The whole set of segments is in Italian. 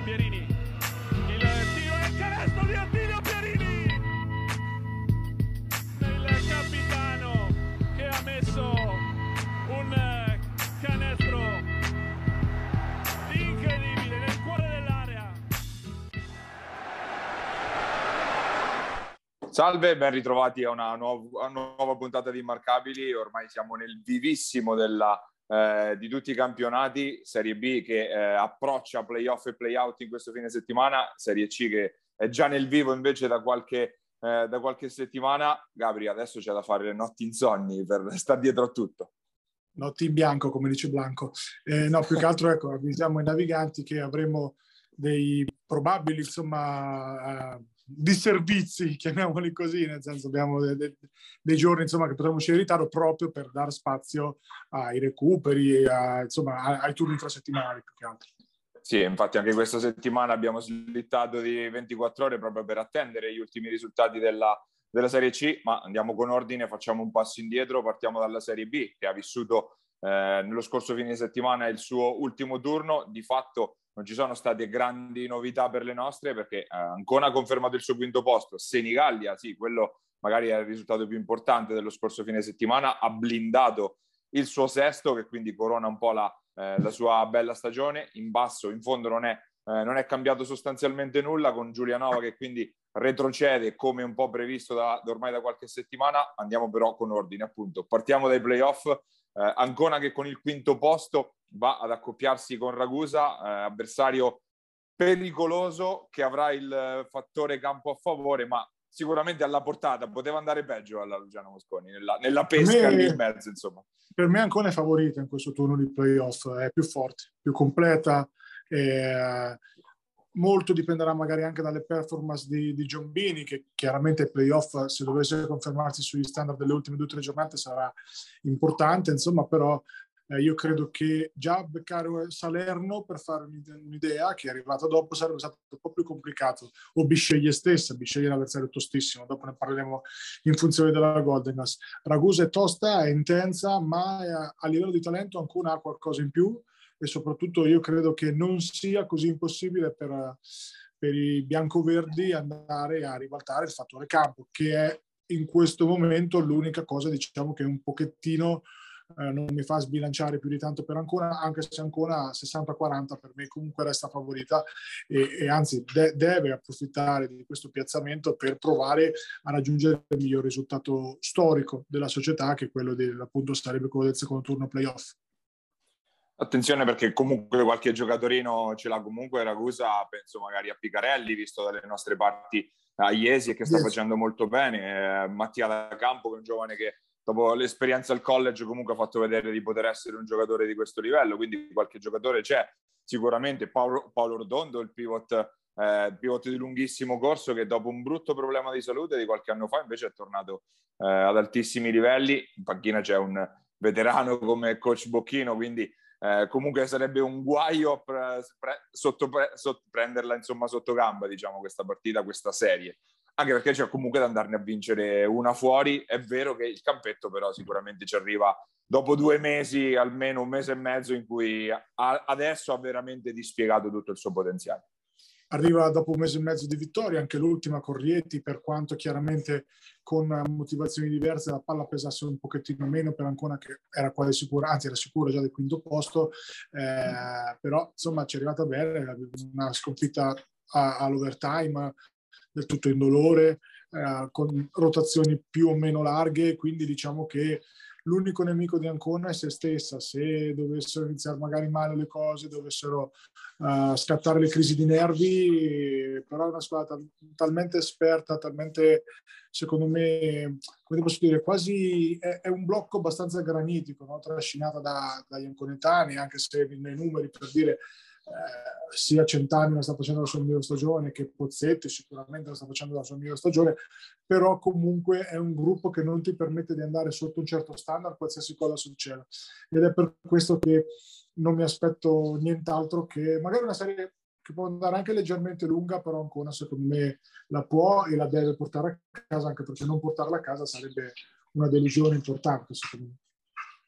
Pierini, il tiro e il canestro di Attilio Pierini, il capitano che ha messo un canestro incredibile nel cuore dell'area. Salve, ben ritrovati a una nuova puntata di Immarcabili. Ormai siamo nel vivissimo di tutti i campionati. Serie B che approccia playoff e playout in questo fine settimana, Serie C che è già nel vivo invece da qualche settimana. Gabri, adesso c'è da fare le notti insonni per stare dietro a tutto. Notti in bianco, come dice Blanco. No, più che altro ecco, avvisiamo i naviganti che avremo dei probabili disservizi, chiamiamoli così, nel senso abbiamo dei giorni che potremo uscire in ritardo proprio per dare spazio ai recuperi, ai turni infrasettimanali più che altro. Sì, infatti anche questa settimana abbiamo slittato di 24 ore proprio per attendere gli ultimi risultati della Serie C, ma andiamo con ordine, facciamo un passo indietro, partiamo dalla Serie B che ha vissuto nello scorso fine settimana il suo ultimo turno. Di fatto non ci sono state grandi novità per le nostre perché Ancona ha confermato il suo quinto posto, Senigallia, sì, quello magari è il risultato più importante dello scorso fine settimana, ha blindato il suo sesto che quindi corona un po' la sua bella stagione. In basso, in fondo non è cambiato sostanzialmente nulla, con Giulianova che quindi retrocede come un po' previsto ormai da qualche settimana. Andiamo però con ordine, appunto. Partiamo dai playoff. Ancona che con il quinto posto va ad accoppiarsi con Ragusa, avversario pericoloso che avrà il fattore campo a favore, ma sicuramente alla portata. Poteva andare peggio alla Luciano Mosconi nella pesca lì in mezzo, insomma. Per me Ancona è favorita in questo turno di playoff, è più forte, più completa. Molto dipenderà magari anche dalle performance di Giombini, che chiaramente il playoff, se dovesse confermarsi sugli standard delle ultime 2 o 3 giornate, sarà importante, però io credo che già beccare Salerno, per fare un'idea, che è arrivato dopo, sarebbe stato un po' più complicato, o Bisceglie stessa. Bisceglie è un avversario tostissimo, dopo ne parleremo in funzione della Golden Glass. Ragusa è tosta, è intensa, ma a livello di talento ancora ha qualcosa in più, e soprattutto io credo che non sia così impossibile per i biancoverdi andare a ribaltare il fattore campo, che è in questo momento l'unica cosa che un pochettino non mi fa sbilanciare più di tanto per Ancona, anche se Ancona 60-40 per me comunque resta favorita e anzi deve approfittare di questo piazzamento per provare a raggiungere il miglior risultato storico della società, che è quello appunto sarebbe quello del secondo turno playoff. Attenzione perché comunque qualche giocatorino ce l'ha comunque Ragusa, penso magari a Picarelli, visto dalle nostre parti a Iesi, che sta facendo molto bene, Mattia da Campo, che è un giovane che dopo l'esperienza al college comunque ha fatto vedere di poter essere un giocatore di questo livello, quindi qualche giocatore c'è sicuramente. Paolo Rodondo, il pivot di lunghissimo corso, che dopo un brutto problema di salute di qualche anno fa invece è tornato ad altissimi livelli. In panchina c'è un veterano come coach Bocchino, quindi comunque sarebbe un guaio prenderla insomma sotto gamba, diciamo, questa partita, questa serie, anche perché c'è comunque da andarne a vincere una fuori. È vero che il campetto però sicuramente ci arriva dopo 2 mesi, almeno 1 mese e mezzo, in cui adesso ha veramente dispiegato tutto il suo potenziale. Arriva dopo 1 mese e mezzo di vittoria, anche l'ultima con Rieti, per quanto chiaramente con motivazioni diverse la palla pesasse un pochettino meno per Ancona, che era quasi sicura, anzi era sicura già del quinto posto, però insomma ci è arrivata bene, una sconfitta all'overtime del tutto indolore, con rotazioni più o meno larghe, quindi diciamo che l'unico nemico di Ancona è se stessa. Se dovessero iniziare magari male le cose, dovessero scattare le crisi di nervi, però è una squadra talmente esperta, talmente, secondo me, come posso dire, quasi è un blocco abbastanza granitico, no? Trascinata dagli anconetani, anche se nei numeri, per dire, sia Centanni la sta facendo la sua migliore stagione, che Pozzetti sicuramente la sta facendo la sua migliore stagione, però comunque è un gruppo che non ti permette di andare sotto un certo standard qualsiasi cosa succeda, ed è per questo che non mi aspetto nient'altro che magari una serie che può andare anche leggermente lunga, però ancora secondo me la può e la deve portare a casa, anche perché non portarla a casa sarebbe una delusione importante, secondo me.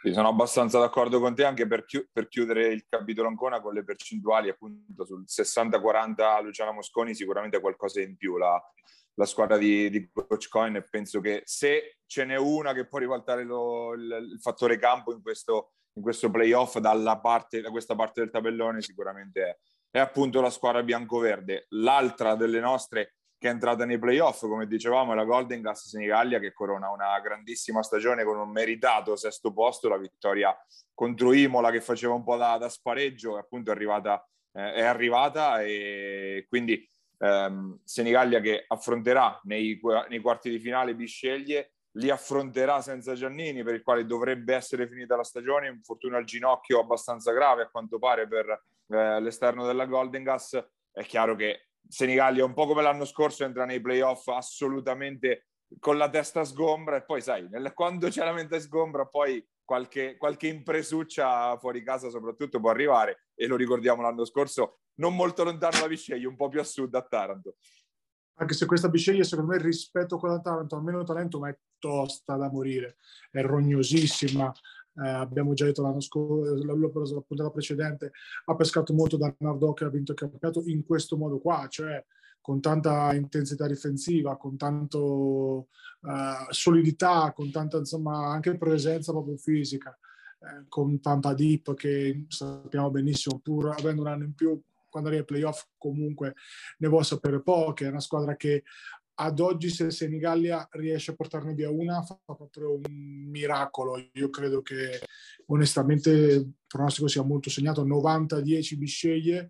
Sì, sono abbastanza d'accordo con te anche per chiudere il capitolo Ancona con le percentuali, appunto sul 60-40 Luciana Mosconi sicuramente qualcosa in più la squadra di Coach Cohen, e penso che se ce n'è una che può ribaltare il fattore campo in questo playoff da questa parte del tabellone sicuramente è appunto la squadra biancoverde. L'altra delle nostre che è entrata nei playoff, come dicevamo, è la Golden Gas Senigallia, che corona una grandissima stagione con un meritato sesto posto, la vittoria contro Imola che faceva un po' da spareggio, appunto è arrivata, e quindi Senigallia che affronterà nei quarti di finale Bisceglie, li affronterà senza Giannini, per il quale dovrebbe essere finita la stagione, infortunio al ginocchio abbastanza grave a quanto pare per l'esterno della Golden Gas. È chiaro che Senigallia, un po' come l'anno scorso, entra nei playoff assolutamente con la testa sgombra, e poi sai, quando c'è la mente sgombra poi qualche impresuccia fuori casa soprattutto può arrivare, e lo ricordiamo l'anno scorso non molto lontano da Bisceglie, un po' più a sud, a Taranto. Anche se questa Bisceglie, secondo me, rispetto a quella Taranto ha meno talento, ma è tosta da morire, è rognosissima. Abbiamo già detto l'anno scorso, l'ho preso la puntata precedente, ha pescato molto da Nardò, che ha vinto il campionato in questo modo qua, cioè con tanta intensità difensiva, con tanto solidità, con tanta, insomma, anche presenza proprio fisica, con Pampa Deep, che sappiamo benissimo, pur avendo un anno in più, quando arriva ai playoff comunque ne vuol sapere poche. È una squadra che ad oggi, se Senigallia riesce a portarne via una, fa proprio un miracolo. Io credo che onestamente il pronostico sia molto segnato, 90-10 Bisceglie,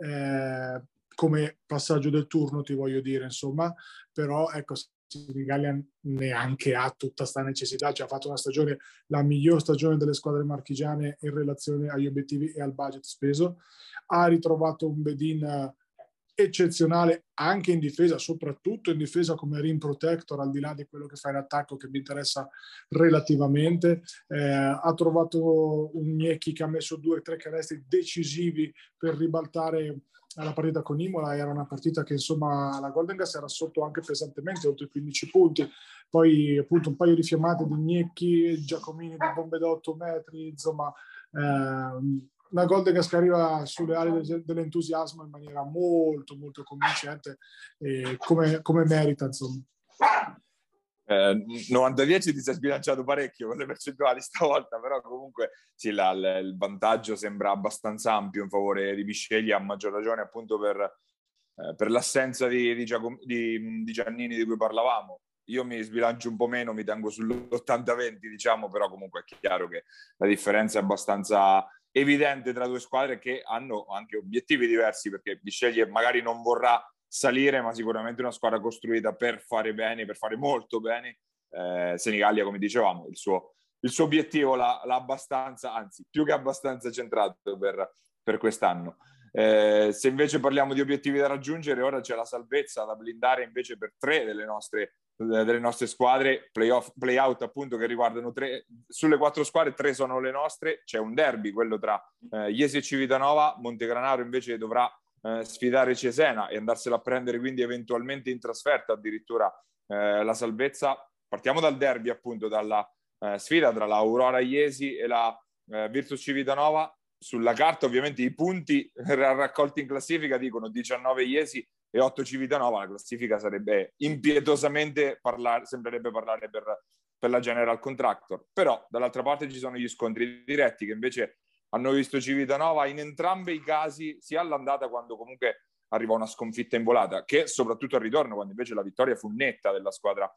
come passaggio del turno, ti voglio dire, insomma. Però ecco, Senigallia neanche ha tutta sta necessità, cioè ha fatto una stagione, la miglior stagione delle squadre marchigiane in relazione agli obiettivi e al budget speso. Ha ritrovato un Bedin eccezionale anche in difesa, soprattutto in difesa come rim protector, al di là di quello che fa in attacco, che mi interessa relativamente. Ha trovato un Gnecchi che ha messo 2 o 3 canestri decisivi per ribaltare la partita con Imola. Era una partita che, insomma, la Golden Gas era sotto anche pesantemente, oltre i 15 punti. Poi appunto un paio di fiammate di Gnecchi, Giacomini di bombe da 8 metri, insomma una Golden Gas che arriva sulle ali dell'entusiasmo in maniera molto molto convincente, come merita, insomma. 90-10 ti sei sbilanciato parecchio con le percentuali stavolta, però comunque sì, il vantaggio sembra abbastanza ampio in favore di Bisceglie, a maggior ragione appunto per l'assenza di Giannini di cui parlavamo. Io mi sbilancio un po' meno, mi tengo sull'80-20, diciamo, però comunque è chiaro che la differenza è abbastanza evidente tra due squadre che hanno anche obiettivi diversi, perché Bisceglie magari non vorrà salire, ma sicuramente una squadra costruita per fare bene, per fare molto bene. Senigallia, come dicevamo, il suo obiettivo l'ha abbastanza, anzi più che abbastanza centrato per quest'anno. Se invece parliamo di obiettivi da raggiungere, ora c'è la salvezza da blindare invece per 3 delle nostre squadre, play-out appunto, che riguardano 3 sulle 4 squadre, 3 sono le nostre. C'è un derby, quello tra Iesi e Civitanova. Montegranaro invece dovrà sfidare Cesena e andarsela a prendere quindi eventualmente in trasferta addirittura la salvezza. Partiamo dal derby, appunto, dalla sfida tra la Aurora Iesi e la Virtus Civitanova. Sulla carta ovviamente i punti raccolti in classifica dicono 19 Iesi e 8 Civitanova. La classifica sarebbe impietosamente sembrerebbe parlare per la General Contractor, però dall'altra parte ci sono gli scontri diretti che invece hanno visto Civitanova in entrambi i casi, sia all'andata quando comunque arriva una sconfitta in volata, che soprattutto al ritorno quando invece la vittoria fu netta della squadra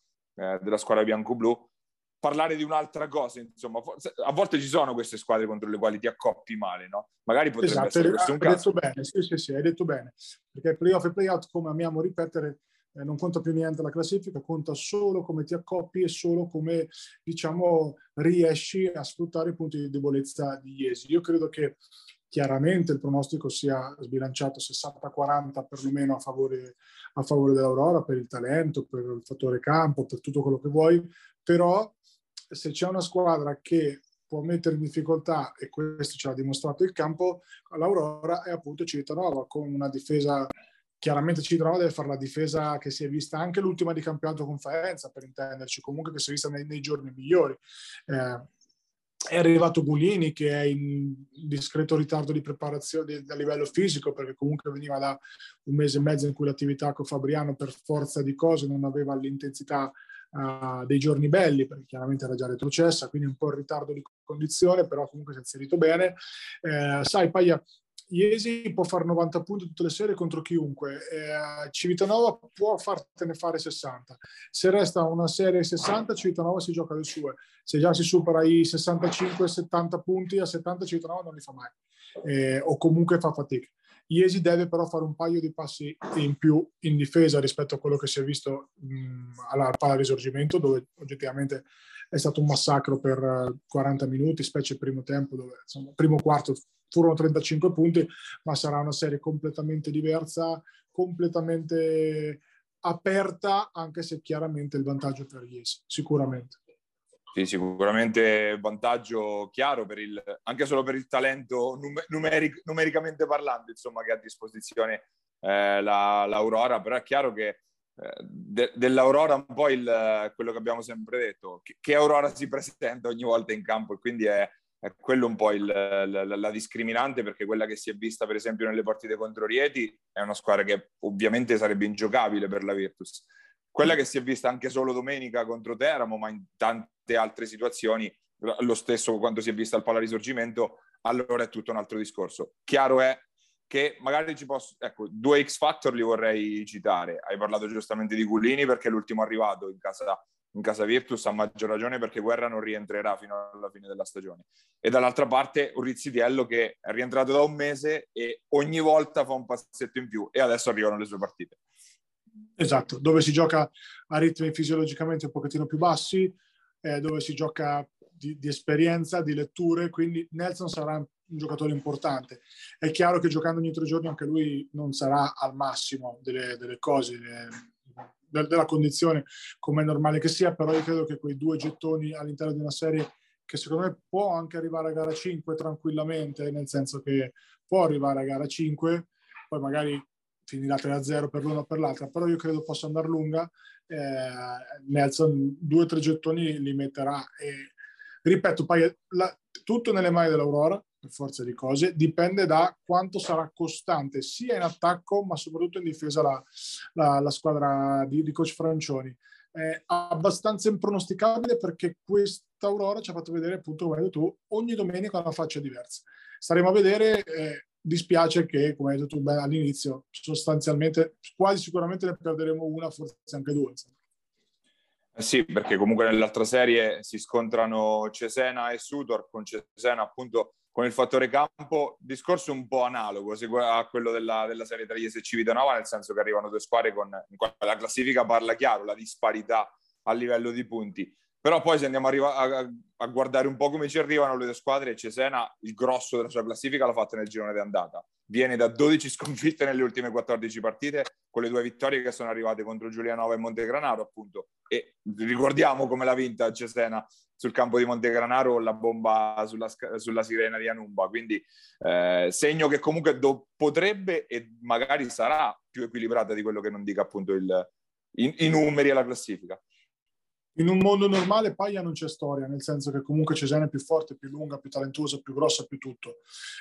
bianco-blu. Parlare di un'altra cosa, insomma, a volte ci sono queste squadre contro le quali ti accoppi male, no? Magari potrebbe essere questo un caso. Hai detto bene, sì, hai detto bene, perché playoff e playout, come amiamo ripetere, non conta più niente la classifica, conta solo come ti accoppi e solo come, diciamo, riesci a sfruttare i punti di debolezza di Iesi. Io credo che chiaramente il pronostico sia sbilanciato 60-40 perlomeno a favore dell'Aurora, per il talento, per il fattore campo, per tutto quello che vuoi, però se c'è una squadra che può mettere in difficoltà, e questo ce l'ha dimostrato il campo, l'Aurora è appunto Civitanova, con una difesa. Chiaramente Civitanova deve fare la difesa che si è vista anche l'ultima di campionato con Faenza, per intenderci, comunque che si è vista nei giorni migliori. È arrivato Gulini, che è in discreto ritardo di preparazione a livello fisico, perché comunque veniva da un mese e mezzo in cui l'attività con Fabriano per forza di cose non aveva l'intensità dei giorni belli, perché chiaramente era già retrocessa, quindi un po' in ritardo di condizione, però comunque si è inserito bene. Sai, Paglia, Iesi può fare 90 punti tutte le serie contro chiunque, Civitanova può fartene fare 60. Se resta una serie 60, Civitanova si gioca le sue. Se già si supera i 65-70 punti, a 70 Civitanova non li fa mai, o comunque fa fatica. Iesi deve però fare un paio di passi in più in difesa rispetto a quello che si è visto alla Pala Risorgimento, dove oggettivamente è stato un massacro per 40 minuti, specie il primo tempo, dove insomma, primo quarto furono 35 punti, ma sarà una serie completamente diversa, completamente aperta, anche se chiaramente il vantaggio per Iesi, sicuramente. Sì, sicuramente vantaggio chiaro anche solo per il talento numericamente parlando, insomma, che ha a disposizione l'Aurora, però è chiaro che dell'Aurora un po' quello che abbiamo sempre detto, che Aurora si presenta ogni volta in campo, e quindi è quello un po' la discriminante, perché quella che si è vista per esempio nelle partite contro Rieti è una squadra che ovviamente sarebbe ingiocabile per la Virtus. Quella che si è vista anche solo domenica contro Teramo, ma in tante altre situazioni, lo stesso quando si è vista al Pala Risorgimento, allora è tutto un altro discorso. Chiaro è che magari ecco, 2 X Factor li vorrei citare. Hai parlato giustamente di Gulini, perché è l'ultimo arrivato in casa Virtus, a maggior ragione perché Guerra non rientrerà fino alla fine della stagione. E dall'altra parte un Rizzidiello che è rientrato da un mese e ogni volta fa un passetto in più, e adesso arrivano le sue partite. Esatto, dove si gioca a ritmi fisiologicamente un pochettino più bassi, dove si gioca di esperienza, di letture, quindi Nelson sarà un giocatore importante. È chiaro che giocando ogni 3 giorni anche lui non sarà al massimo delle cose, della condizione, come è normale che sia, però io credo che quei 2 gettoni all'interno di una serie che secondo me può anche arrivare a gara 5 tranquillamente, nel senso che può arrivare a gara 5, poi magari finirà 3-0 per l'una o per l'altra, però io credo possa andare lunga. Nelson 2 o 3 gettoni li metterà, e ripeto, poi tutto nelle mani dell'Aurora, per forza di cose, dipende da quanto sarà costante sia in attacco ma soprattutto in difesa la squadra di coach Francioni. È abbastanza impronosticabile, perché questa Aurora ci ha fatto vedere, appunto come hai detto tu, ogni domenica una faccia diversa. Staremo a vedere. Dispiace che, come hai detto tu all'inizio, sostanzialmente quasi sicuramente ne perderemo una, forse anche 2. Sì, perché comunque nell'altra serie si scontrano Cesena e Sutor, con Cesena appunto con il fattore campo, discorso un po' analogo a quello della serie tra Iesi e Civitanova, nel senso che arrivano 2 squadre in cui la classifica parla chiaro, la disparità a livello di punti. Però poi se andiamo a guardare un po' come ci arrivano le 2 squadre, Cesena il grosso della sua classifica l'ha fatta nel girone di andata. Viene da 12 sconfitte nelle ultime 14 partite, con le 2 vittorie che sono arrivate contro Giulianova e Montegranaro, appunto. E ricordiamo come l'ha vinta Cesena sul campo di Montegranaro, la bomba sulla sirena di Anumba. Quindi segno che comunque potrebbe e magari sarà più equilibrata di quello che non dica appunto i numeri e la classifica. In un mondo normale Paglia non c'è storia, nel senso che comunque Cesena è più forte, più lunga, più talentuosa, più grossa, più tutto.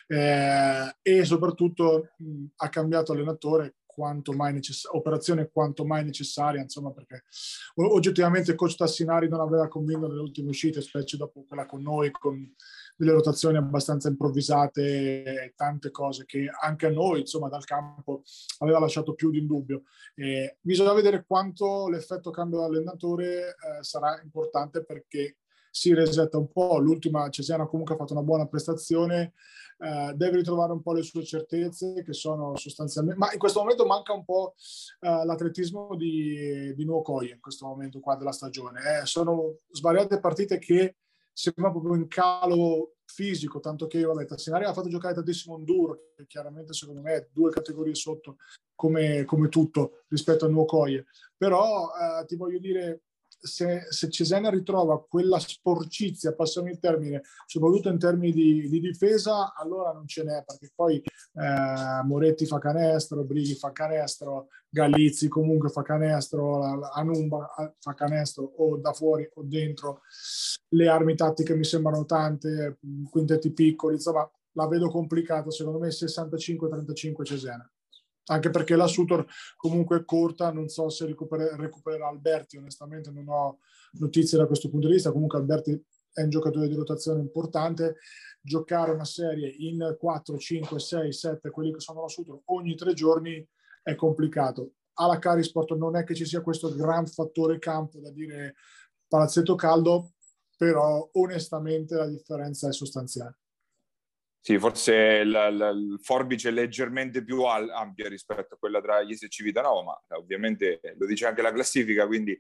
E soprattutto ha cambiato allenatore, operazione quanto mai necessaria, insomma, perché oggettivamente il coach Tassinari non aveva convinto nelle ultime uscite, specie dopo quella con noi, con delle rotazioni abbastanza improvvisate e tante cose che anche a noi, insomma, dal campo aveva lasciato più di un dubbio. Bisogna vedere quanto l'effetto cambio dell'allenatore sarà importante, perché si resetta un po'. L'ultima Cesena comunque ha fatto una buona prestazione, deve ritrovare un po' le sue certezze, che sono sostanzialmente, ma in questo momento manca un po' l'atletismo di Nuocoie in questo momento qua della stagione. Sono svariate partite che sembra proprio in calo fisico, tanto che Tassinari ha fatto giocare tantissimo Enduro, che chiaramente secondo me è 2 categorie sotto come tutto rispetto a Nuocoie. Però ti voglio dire, se Cesena ritrova quella sporcizia, passami il termine, soprattutto in termini di difesa, allora non ce n'è, perché poi Moretti fa canestro, Brighi fa canestro, Galizzi comunque fa canestro, Anumba fa canestro o da fuori o dentro, le armi tattiche mi sembrano tante, quintetti piccoli, insomma la vedo complicata, secondo me 65-35 Cesena. Anche perché la Sutor comunque è corta, non so se recupererà Alberti, onestamente non ho notizie da questo punto di vista, comunque Alberti è un giocatore di rotazione importante, giocare una serie in 4, 5, 6, 7, quelli che sono la Sutor ogni 3 giorni è complicato. Alla Carisport non è che ci sia questo gran fattore campo da dire palazzetto caldo, però onestamente la differenza è sostanziale. Sì, forse il forbice è leggermente più ampia rispetto a quella tra Iesi e Civitanova, ma ovviamente lo dice anche la classifica, quindi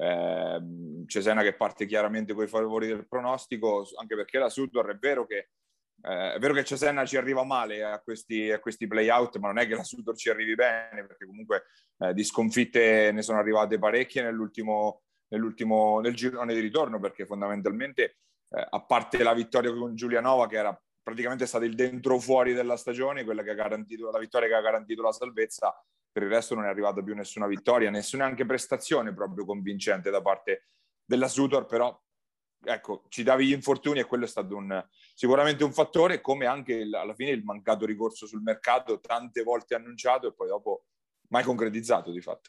Cesena che parte chiaramente con i favori del pronostico, anche perché la Sutor è vero che Cesena ci arriva male a questi play-out, ma non è che la Sutor ci arrivi bene, perché comunque di sconfitte ne sono arrivate parecchie nel girone di ritorno, perché fondamentalmente, a parte la vittoria con Giulianova, che era praticamente stato il dentro fuori della stagione, quella che ha garantito la vittoria, che ha garantito la salvezza, per il resto non è arrivata più nessuna vittoria, nessuna anche prestazione proprio convincente da parte della Sutor, però ecco, ci davi gli infortuni e quello è stato sicuramente un fattore, come anche alla fine il mancato ricorso sul mercato, tante volte annunciato e poi dopo mai concretizzato di fatto.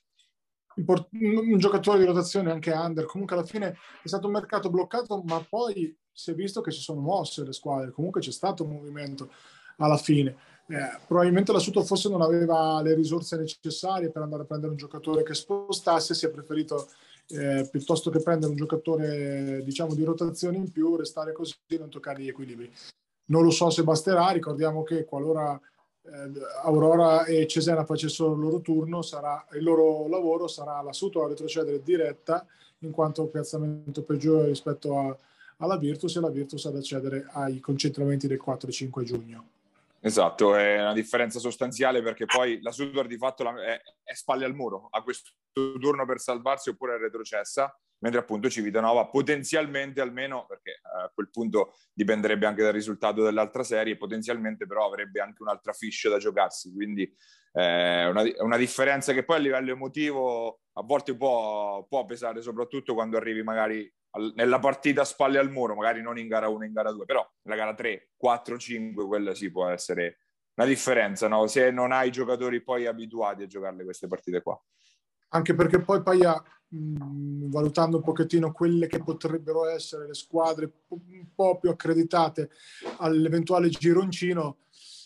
Un giocatore di rotazione anche under, comunque alla fine è stato un mercato bloccato, ma poi si è visto che si sono mosse le squadre, comunque c'è stato un movimento alla fine. Probabilmente la Sutor forse non aveva le risorse necessarie per andare a prendere un giocatore che spostasse, si è preferito piuttosto che prendere un giocatore diciamo di rotazione in più, restare così e non toccare gli equilibri. Non lo so se basterà, ricordiamo che qualora Aurora e Cesena facessero il loro turno, il loro lavoro sarà la Sutor a retrocedere diretta in quanto piazzamento peggiore rispetto alla Virtus, e la Virtus ad accedere ai concentramenti del 4-5 giugno. Esatto, è una differenza sostanziale, perché poi la Sutor di fatto è spalle al muro a questo turno per salvarsi, oppure è retrocessa, mentre appunto Civitanova potenzialmente, almeno perché a quel punto dipenderebbe anche dal risultato dell'altra serie, potenzialmente però avrebbe anche un'altra fiche da giocarsi, quindi una differenza che poi a livello emotivo a volte può pesare, soprattutto quando arrivi magari nella partita spalle al muro, magari non in gara 1 in gara 2, però nella gara 3, 4, 5 quella sì può essere una differenza, no? Se non hai giocatori poi abituati a giocarle queste partite qua. Anche perché poi Paia, valutando un pochettino quelle che potrebbero essere le squadre un po' più accreditate all'eventuale gironcino,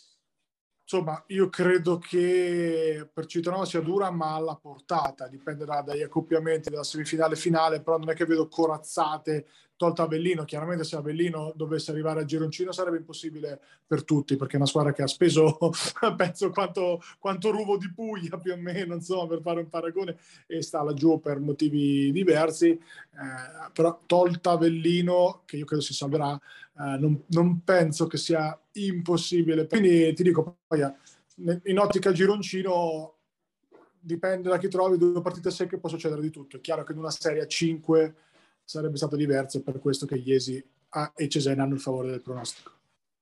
insomma, io credo che per Civitanova sia dura, ma alla portata, dipenderà dagli accoppiamenti della semifinale finale, però non è che vedo corazzate, tolto Avellino. Chiaramente se Avellino dovesse arrivare al gironcino sarebbe impossibile per tutti, perché è una squadra che ha speso, penso, quanto Ruvo di Puglia più o meno, insomma, per fare un paragone, e sta laggiù per motivi diversi, però tolta Avellino, che io credo si salverà, non penso che sia impossibile. Quindi ti dico, poi in ottica gironcino dipende da chi trovi, 2 partite secche può succedere di tutto. È chiaro che in una serie a 5 sarebbe stato diverso, per questo che Iesi e Cesena hanno il favore del pronostico.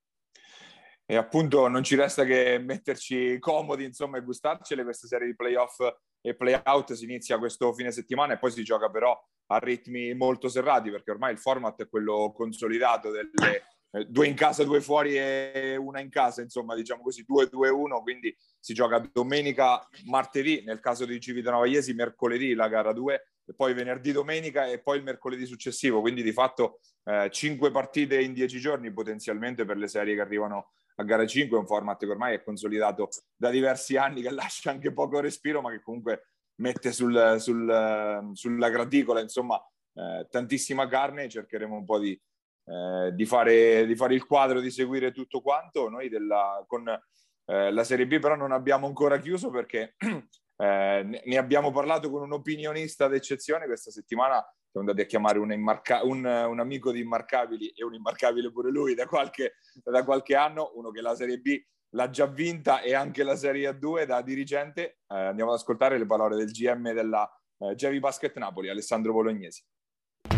E appunto non ci resta che metterci comodi, insomma, e gustarcele queste serie di playoff e playout. Si inizia questo fine settimana e poi si gioca però a ritmi molto serrati, perché ormai il format è quello consolidato delle 2 in casa, 2 fuori e 1 in casa, insomma, diciamo così, 2-2-1, quindi si gioca domenica, martedì, nel caso di Civitanova Iesi, mercoledì la gara 2, e poi venerdì, domenica e poi il mercoledì successivo, quindi di fatto 5 partite in 10 giorni potenzialmente per le serie che arrivano a gara 5, è un format che ormai è consolidato da diversi anni, che lascia anche poco respiro, ma che comunque mette sulla graticola, insomma, tantissima carne. Cercheremo un po' di fare il quadro, di seguire tutto quanto. Noi con la Serie B però non abbiamo ancora chiuso, perché ne abbiamo parlato con un opinionista d'eccezione questa settimana. Siamo andati a chiamare un amico di Immarcabili, e un immarcabile pure lui da qualche anno, uno che la Serie B l'ha già vinta e anche la Serie A2 da dirigente. Andiamo ad ascoltare le parole del GM della Gevi Basket Napoli, Alessandro Bolognesi.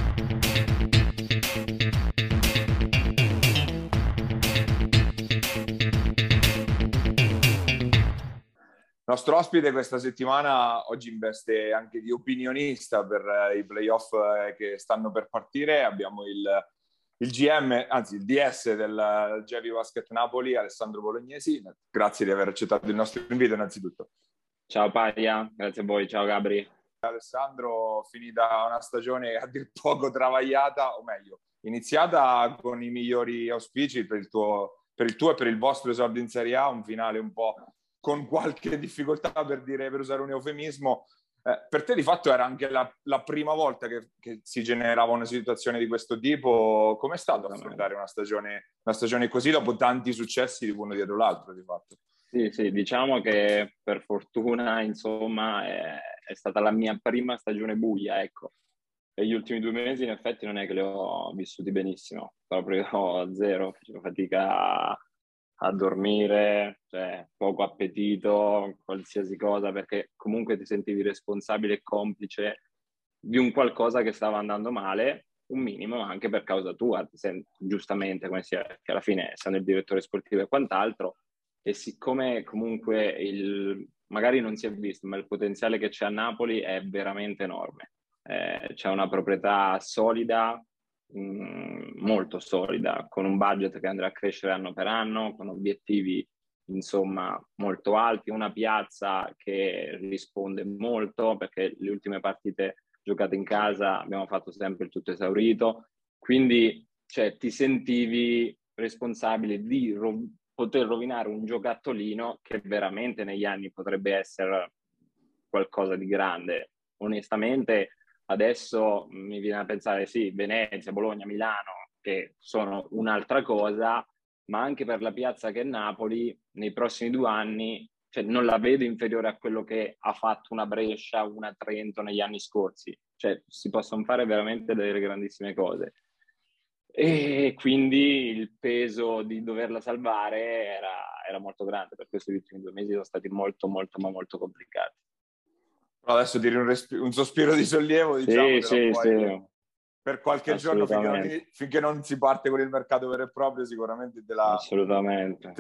Il nostro ospite questa settimana oggi investe anche di opinionista per i playoff che stanno per partire. Abbiamo il GM, anzi il DS del Gevi Basket Napoli, Alessandro Bolognesi. Grazie di aver accettato il nostro invito innanzitutto. Ciao Paia, grazie a voi, ciao Gabri. Alessandro, finita una stagione a dir poco travagliata, o meglio, iniziata con i migliori auspici per il tuo e per il vostro esordio in Serie A, un finale un po' con qualche difficoltà per usare un eufemismo. Per te di fatto era anche la prima volta che si generava una situazione di questo tipo. Com'è stato affrontare una stagione così dopo tanti successi di uno dietro l'altro di fatto? Sì, diciamo che per fortuna, insomma, è stata la mia prima stagione buia, ecco. E gli ultimi 2 mesi in effetti non è che li ho vissuti benissimo, proprio zero, facevo fatica a dormire, cioè poco appetito, qualsiasi cosa, perché comunque ti sentivi responsabile e complice di un qualcosa che stava andando male, un minimo anche per causa tua, giustamente, come sia, che alla fine essendo il direttore sportivo e quant'altro, e siccome comunque magari non si è visto, ma il potenziale che c'è a Napoli è veramente enorme. C'è una proprietà solida, molto solida, con un budget che andrà a crescere anno per anno, con obiettivi insomma molto alti, una piazza che risponde molto, perché le ultime partite giocate in casa abbiamo fatto sempre il tutto esaurito, quindi cioè, ti sentivi responsabile di poter rovinare un giocattolino che veramente negli anni potrebbe essere qualcosa di grande. Onestamente adesso mi viene a pensare sì, Venezia, Bologna, Milano, che sono un'altra cosa, ma anche per la piazza che è Napoli, nei prossimi 2 anni, cioè, non la vedo inferiore a quello che ha fatto una Brescia, una Trento negli anni scorsi. Cioè, si possono fare veramente delle grandissime cose. E quindi il peso di doverla salvare era molto grande, per questo gli ultimi 2 mesi sono stati molto, molto, ma molto complicati. Adesso dire un sospiro di sollievo, diciamo, sì. Per qualche giorno finché non si parte con il mercato vero e proprio, sicuramente assolutamente.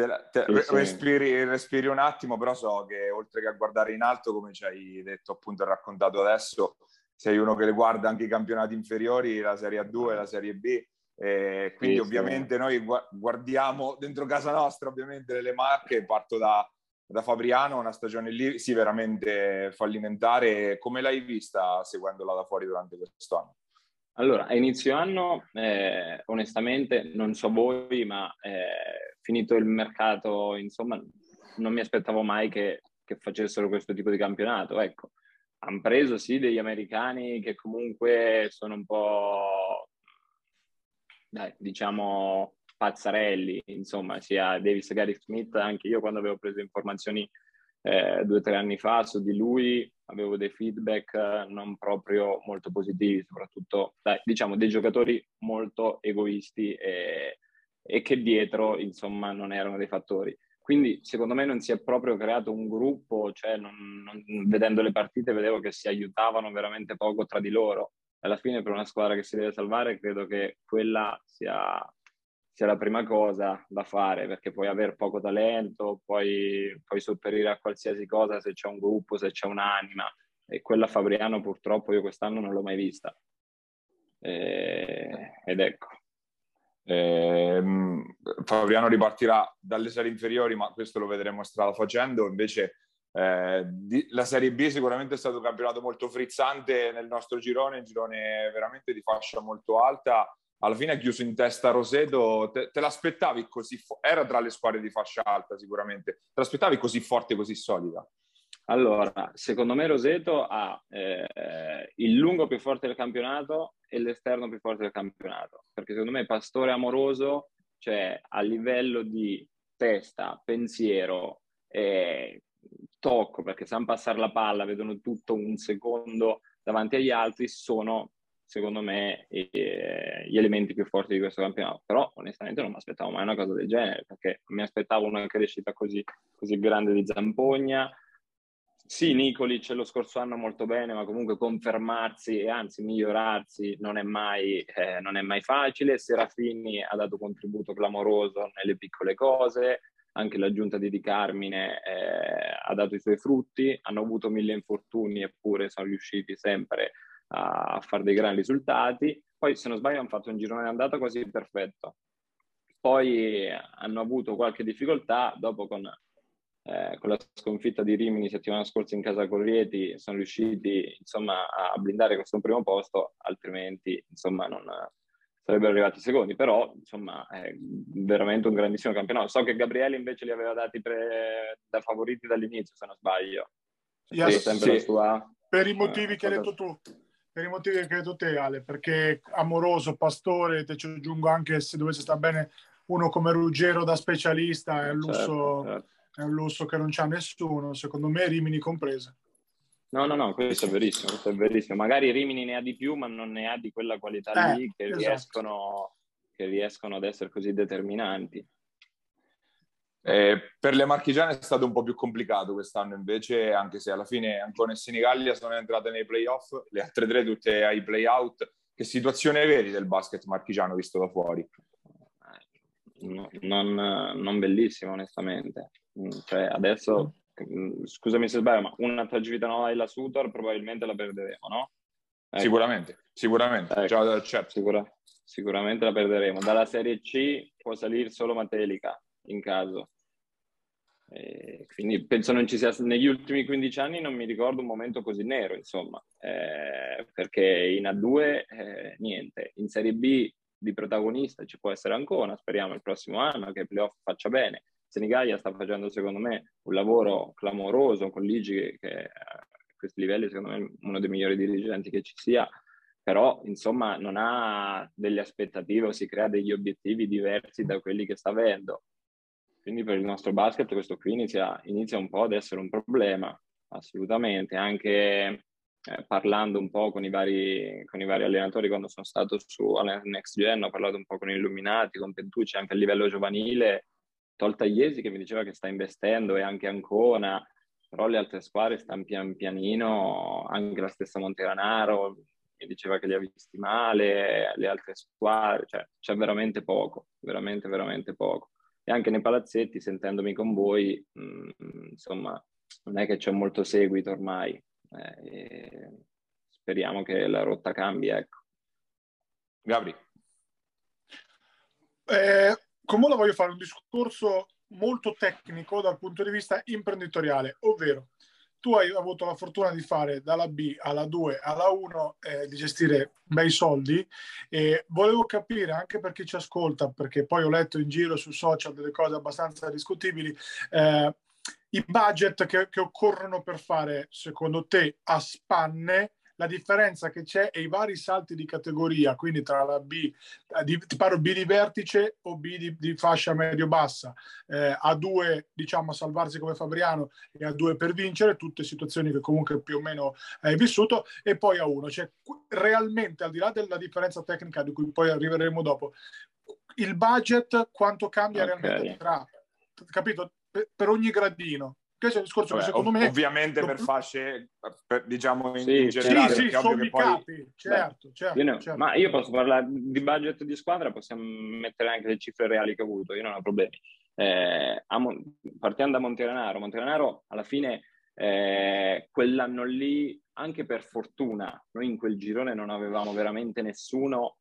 Respiri un attimo, però so che oltre che a guardare in alto, come ci hai detto appunto e raccontato adesso, sei uno che le guarda anche i campionati inferiori, la Serie A2 e la Serie B, e quindi ovviamente noi guardiamo dentro casa nostra, ovviamente le Marche. Parto da Fabriano, una stagione lì sì veramente fallimentare. Come l'hai vista seguendola da fuori durante quest'anno? Allora, a inizio anno, onestamente, non so voi, ma finito il mercato, insomma, non mi aspettavo mai che facessero questo tipo di campionato. Ecco, hanno preso sì degli americani che comunque sono un po', diciamo, pazzarelli, insomma, sia Davis Garrett Smith, anche io quando avevo preso informazioni 2 o 3 anni fa su di lui avevo dei feedback non proprio molto positivi, soprattutto diciamo dei giocatori molto egoisti e che dietro insomma non erano dei fattori. Quindi secondo me non si è proprio creato un gruppo, cioè vedendo le partite vedevo che si aiutavano veramente poco tra di loro. Alla fine per una squadra che si deve salvare credo che quella sia la prima cosa da fare, perché puoi avere poco talento, puoi sopperire a qualsiasi cosa se c'è un gruppo, se c'è un'anima, e quella Fabriano purtroppo io quest'anno non l'ho mai vista. Ed ecco. Fabriano ripartirà dalle serie inferiori, ma questo lo vedremo strada facendo. Invece la Serie B sicuramente è stato un campionato molto frizzante nel nostro girone, un girone veramente di fascia molto alta. Alla fine ha chiuso in testa Roseto. Te l'aspettavi così era tra le squadre di fascia alta sicuramente, te l'aspettavi così forte, così solida? Allora, secondo me Roseto ha il lungo più forte del campionato e l'esterno più forte del campionato, perché secondo me Pastore Amoroso, cioè a livello di testa, pensiero, tocco, perché sanno passare la palla, vedono tutto un secondo davanti agli altri, sono secondo me gli elementi più forti di questo campionato. Però onestamente non mi aspettavo mai una cosa del genere, perché mi aspettavo una crescita così grande di Zampogna, Sì, Nicolic lo scorso anno molto bene, ma comunque confermarsi e anzi migliorarsi non è mai facile. Serafini ha dato un contributo clamoroso nelle piccole cose, anche l'aggiunta di Di Carmine ha dato i suoi frutti, hanno avuto 1000 infortuni eppure sono riusciti sempre a fare dei gran risultati. Poi, se non sbaglio, hanno fatto un girone d'andata quasi perfetto. Poi hanno avuto qualche difficoltà, dopo con la sconfitta di Rimini settimana scorsa in casa con Rieti sono riusciti insomma a blindare questo primo posto, altrimenti insomma non sarebbero arrivati secondi. Però insomma è veramente un grandissimo campionato. So che Gabriele invece li aveva dati da favoriti dall'inizio, se non sbaglio. Yes, Sempre la sì. sua per i motivi che hai detto tu, per i motivi che hai detto te, Ale, perché Amoroso, Pastore, te ci aggiungo anche, se dovesse stare bene, uno come Ruggero da specialista, è un lusso, certo. è un lusso che non c'ha nessuno, secondo me, Rimini comprese. No, questo è verissimo. Magari Rimini ne ha di più, ma non ne ha di quella qualità lì che Esatto. riescono ad essere così determinanti. Per le marchigiane è stato un po' più complicato quest'anno invece, anche se alla fine Ancona e Senigallia sono entrate nei playoff, le altre 3 tutte ai playout. Che situazione vedi del basket marchigiano visto da fuori? Non bellissimo, onestamente. Cioè, adesso, scusami se sbaglio, ma una tra Civitanova e la Sutor probabilmente la perderemo, no? Ecco. Sicuramente. Ecco. Certo. Sicuramente la perderemo. Dalla Serie C può salire solo Matelica, in caso. Quindi penso non ci sia, negli ultimi 15 anni non mi ricordo un momento così nero, insomma, perché in A2 niente, in Serie B di protagonista ci può essere Ancona, speriamo il prossimo anno che il playoff faccia bene. Senigallia sta facendo secondo me un lavoro clamoroso con Ligi che a questi livelli secondo me è uno dei migliori dirigenti che ci sia, però insomma non ha delle aspettative o si crea degli obiettivi diversi da quelli che sta avendo. Quindi per il nostro basket questo qui inizia un po' ad essere un problema, assolutamente, anche parlando un po' con i vari allenatori quando sono stato su Next Gen, ho parlato un po' con Illuminati, con Pentucci, anche a livello giovanile, tolta Iesi che mi diceva che sta investendo e anche Ancona, però le altre squadre stanno pian pianino, anche la stessa Monteranaro mi diceva che li ha visti male, le altre squadre, cioè c'è veramente poco, veramente, veramente poco. E anche nei palazzetti, sentendomi con voi, insomma, non è che c'è molto seguito ormai. Speriamo che la rotta cambi, ecco. Gabri. Come la voglio fare un discorso molto tecnico dal punto di vista imprenditoriale, ovvero tu hai avuto la fortuna di fare dalla B alla 2 alla 1, di gestire bei soldi, e volevo capire anche per chi ci ascolta, perché poi ho letto in giro su social delle cose abbastanza discutibili, i budget che occorrono per fare, secondo te, a spanne, la differenza che c'è e i vari salti di categoria, quindi tra la B, ti parlo B di vertice o B di fascia medio-bassa, A2 diciamo a salvarsi come Fabriano e A2 per vincere, tutte situazioni che comunque più o meno hai vissuto, e poi A1, cioè realmente al di là della differenza tecnica di cui poi arriveremo dopo, il budget quanto cambia realmente tra, capito, per ogni gradino. Questo è il discorso che secondo me... Ovviamente per fasce, diciamo in sì, generale, sì, perché è ovvio che poi... capi, certo. Ma io posso parlare di budget di squadra, possiamo mettere anche le cifre reali che ho avuto, io non ho problemi. Partiamo da Monteranaro alla fine quell'anno lì, anche per fortuna, noi in quel girone non avevamo veramente nessuno,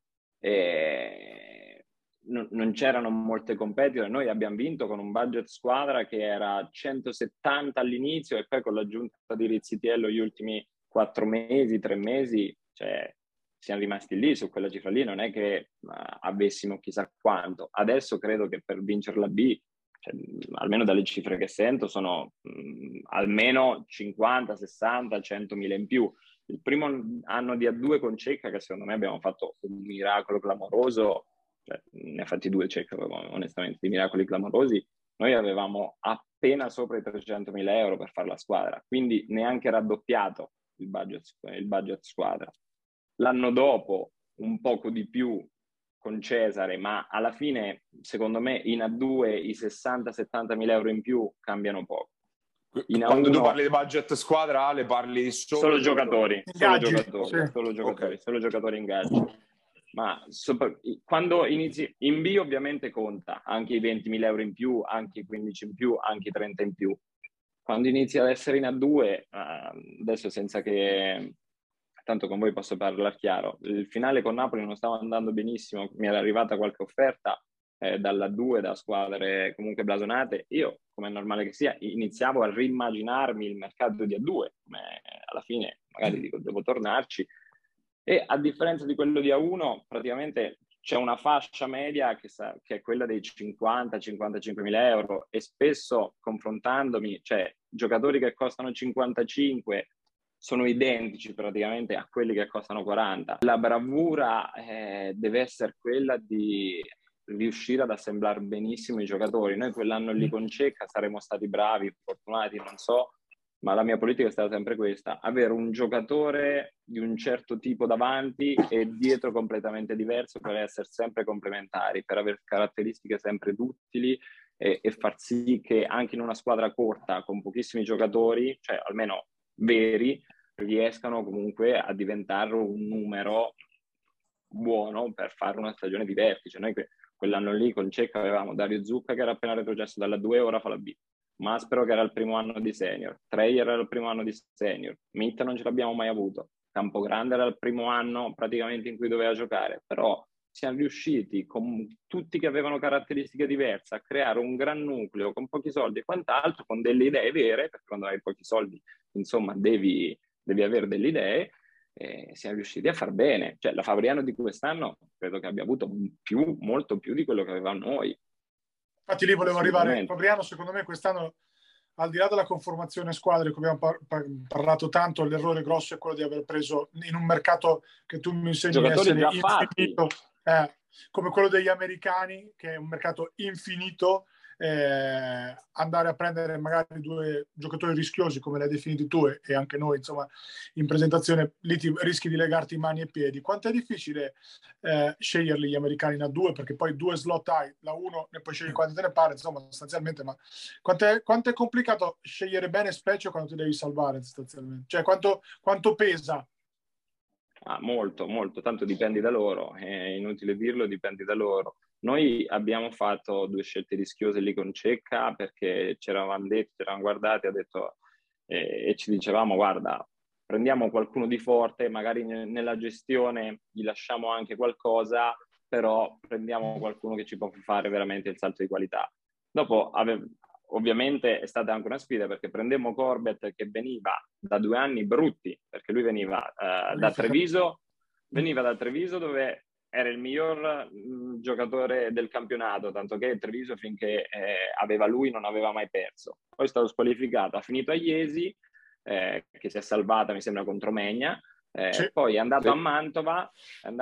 non c'erano molte competitor, noi abbiamo vinto con un budget squadra che era 170 all'inizio e poi con l'aggiunta di Rizzitiello gli ultimi 3 mesi, cioè siamo rimasti lì su quella cifra lì, non è che avessimo chissà quanto. Adesso credo che per vincere la B, cioè, almeno dalle cifre che sento, sono almeno 50, 60, 100 mila in più. Il primo anno di A2 con Cecca, che secondo me abbiamo fatto un miracolo clamoroso, cioè, ne ha fatti 2 Cecca, onestamente, di miracoli clamorosi, noi avevamo appena sopra i 300.000 euro per fare la squadra, quindi neanche raddoppiato il budget squadra. L'anno dopo un poco di più con Cesare, ma alla fine secondo me in A2 i 60-70 mila euro in più cambiano poco. Quando tu parli di budget squadra, le parli di solo giocatori, Ingaggi, solo giocatori ingaggi. Ma quando inizi in B ovviamente conta anche i 20.000 euro in più, anche i 15 in più, anche i 30 in più. Quando inizi ad essere in A2, adesso senza che, tanto con voi posso parlare chiaro, il finale con Napoli non stava andando benissimo, mi era arrivata qualche offerta dall'A2, da squadre comunque blasonate. Io, come è normale che sia, iniziavo a rimmaginarmi il mercato di A2, come alla fine magari dico devo tornarci. E a differenza di quello di A1, praticamente c'è una fascia media che è quella dei 50-55 mila euro, e spesso confrontandomi, cioè giocatori che costano 55 sono identici praticamente a quelli che costano 40. La bravura deve essere quella di riuscire ad assemblare benissimo i giocatori. Noi quell'anno lì con Cecca saremmo stati bravi, fortunati, non so, ma la mia politica è stata sempre questa: avere un giocatore di un certo tipo davanti e dietro completamente diverso, per essere sempre complementari, per avere caratteristiche sempre duttili e far sì che anche in una squadra corta con pochissimi giocatori, cioè almeno veri, riescano comunque a diventare un numero buono per fare una stagione di vertice. Noi quell'anno lì con Cecca avevamo Dario Zucca che era appena retrocesso dalla 2 e ora fa la B, Maspero che era il primo anno di senior, Treyer era il primo anno di senior, Mitta non ce l'abbiamo mai avuto, Campogrande era il primo anno praticamente in cui doveva giocare, però siamo riusciti con tutti che avevano caratteristiche diverse a creare un gran nucleo con pochi soldi e quant'altro, con delle idee vere, perché quando hai pochi soldi insomma devi avere delle idee. Siamo riusciti a far bene. Cioè la Fabriano di quest'anno credo che abbia avuto molto più di quello che avevamo noi. Infatti lì volevo arrivare. Fabriano secondo me quest'anno, al di là della conformazione squadre, come abbiamo parlato tanto, l'errore grosso è quello di aver preso in un mercato che tu mi insegni giocatori essere già infinito, come quello degli americani, che è un mercato infinito. Andare a prendere magari due giocatori rischiosi come l'hai definito tu e anche noi insomma in presentazione, lì ti rischi di legarti mani e piedi. Quanto è difficile sceglierli gli americani in A2, perché poi 2 slot hai, la 1 ne puoi scegliere quando te ne pare, insomma sostanzialmente, ma quanto è complicato scegliere bene, specie quando ti devi salvare sostanzialmente, cioè quanto pesa? Molto, tanto dipendi da loro, è inutile dirlo, dipendi da loro. Noi abbiamo fatto 2 scelte rischiose lì con Cecca, perché ci eravamo guardati, ha detto, e ci dicevamo: guarda, prendiamo qualcuno di forte, magari nella gestione gli lasciamo anche qualcosa, però prendiamo qualcuno che ci può fare veramente il salto di qualità. Dopo ovviamente è stata anche una sfida, perché prendemmo Corbett che veniva da 2 anni brutti, perché lui veniva da Treviso dove era il miglior giocatore del campionato, tanto che Treviso finché aveva lui non aveva mai perso. Poi è stato squalificato, ha finito a Iesi, che si è salvata mi sembra contro Megna, poi è andato a Mantova,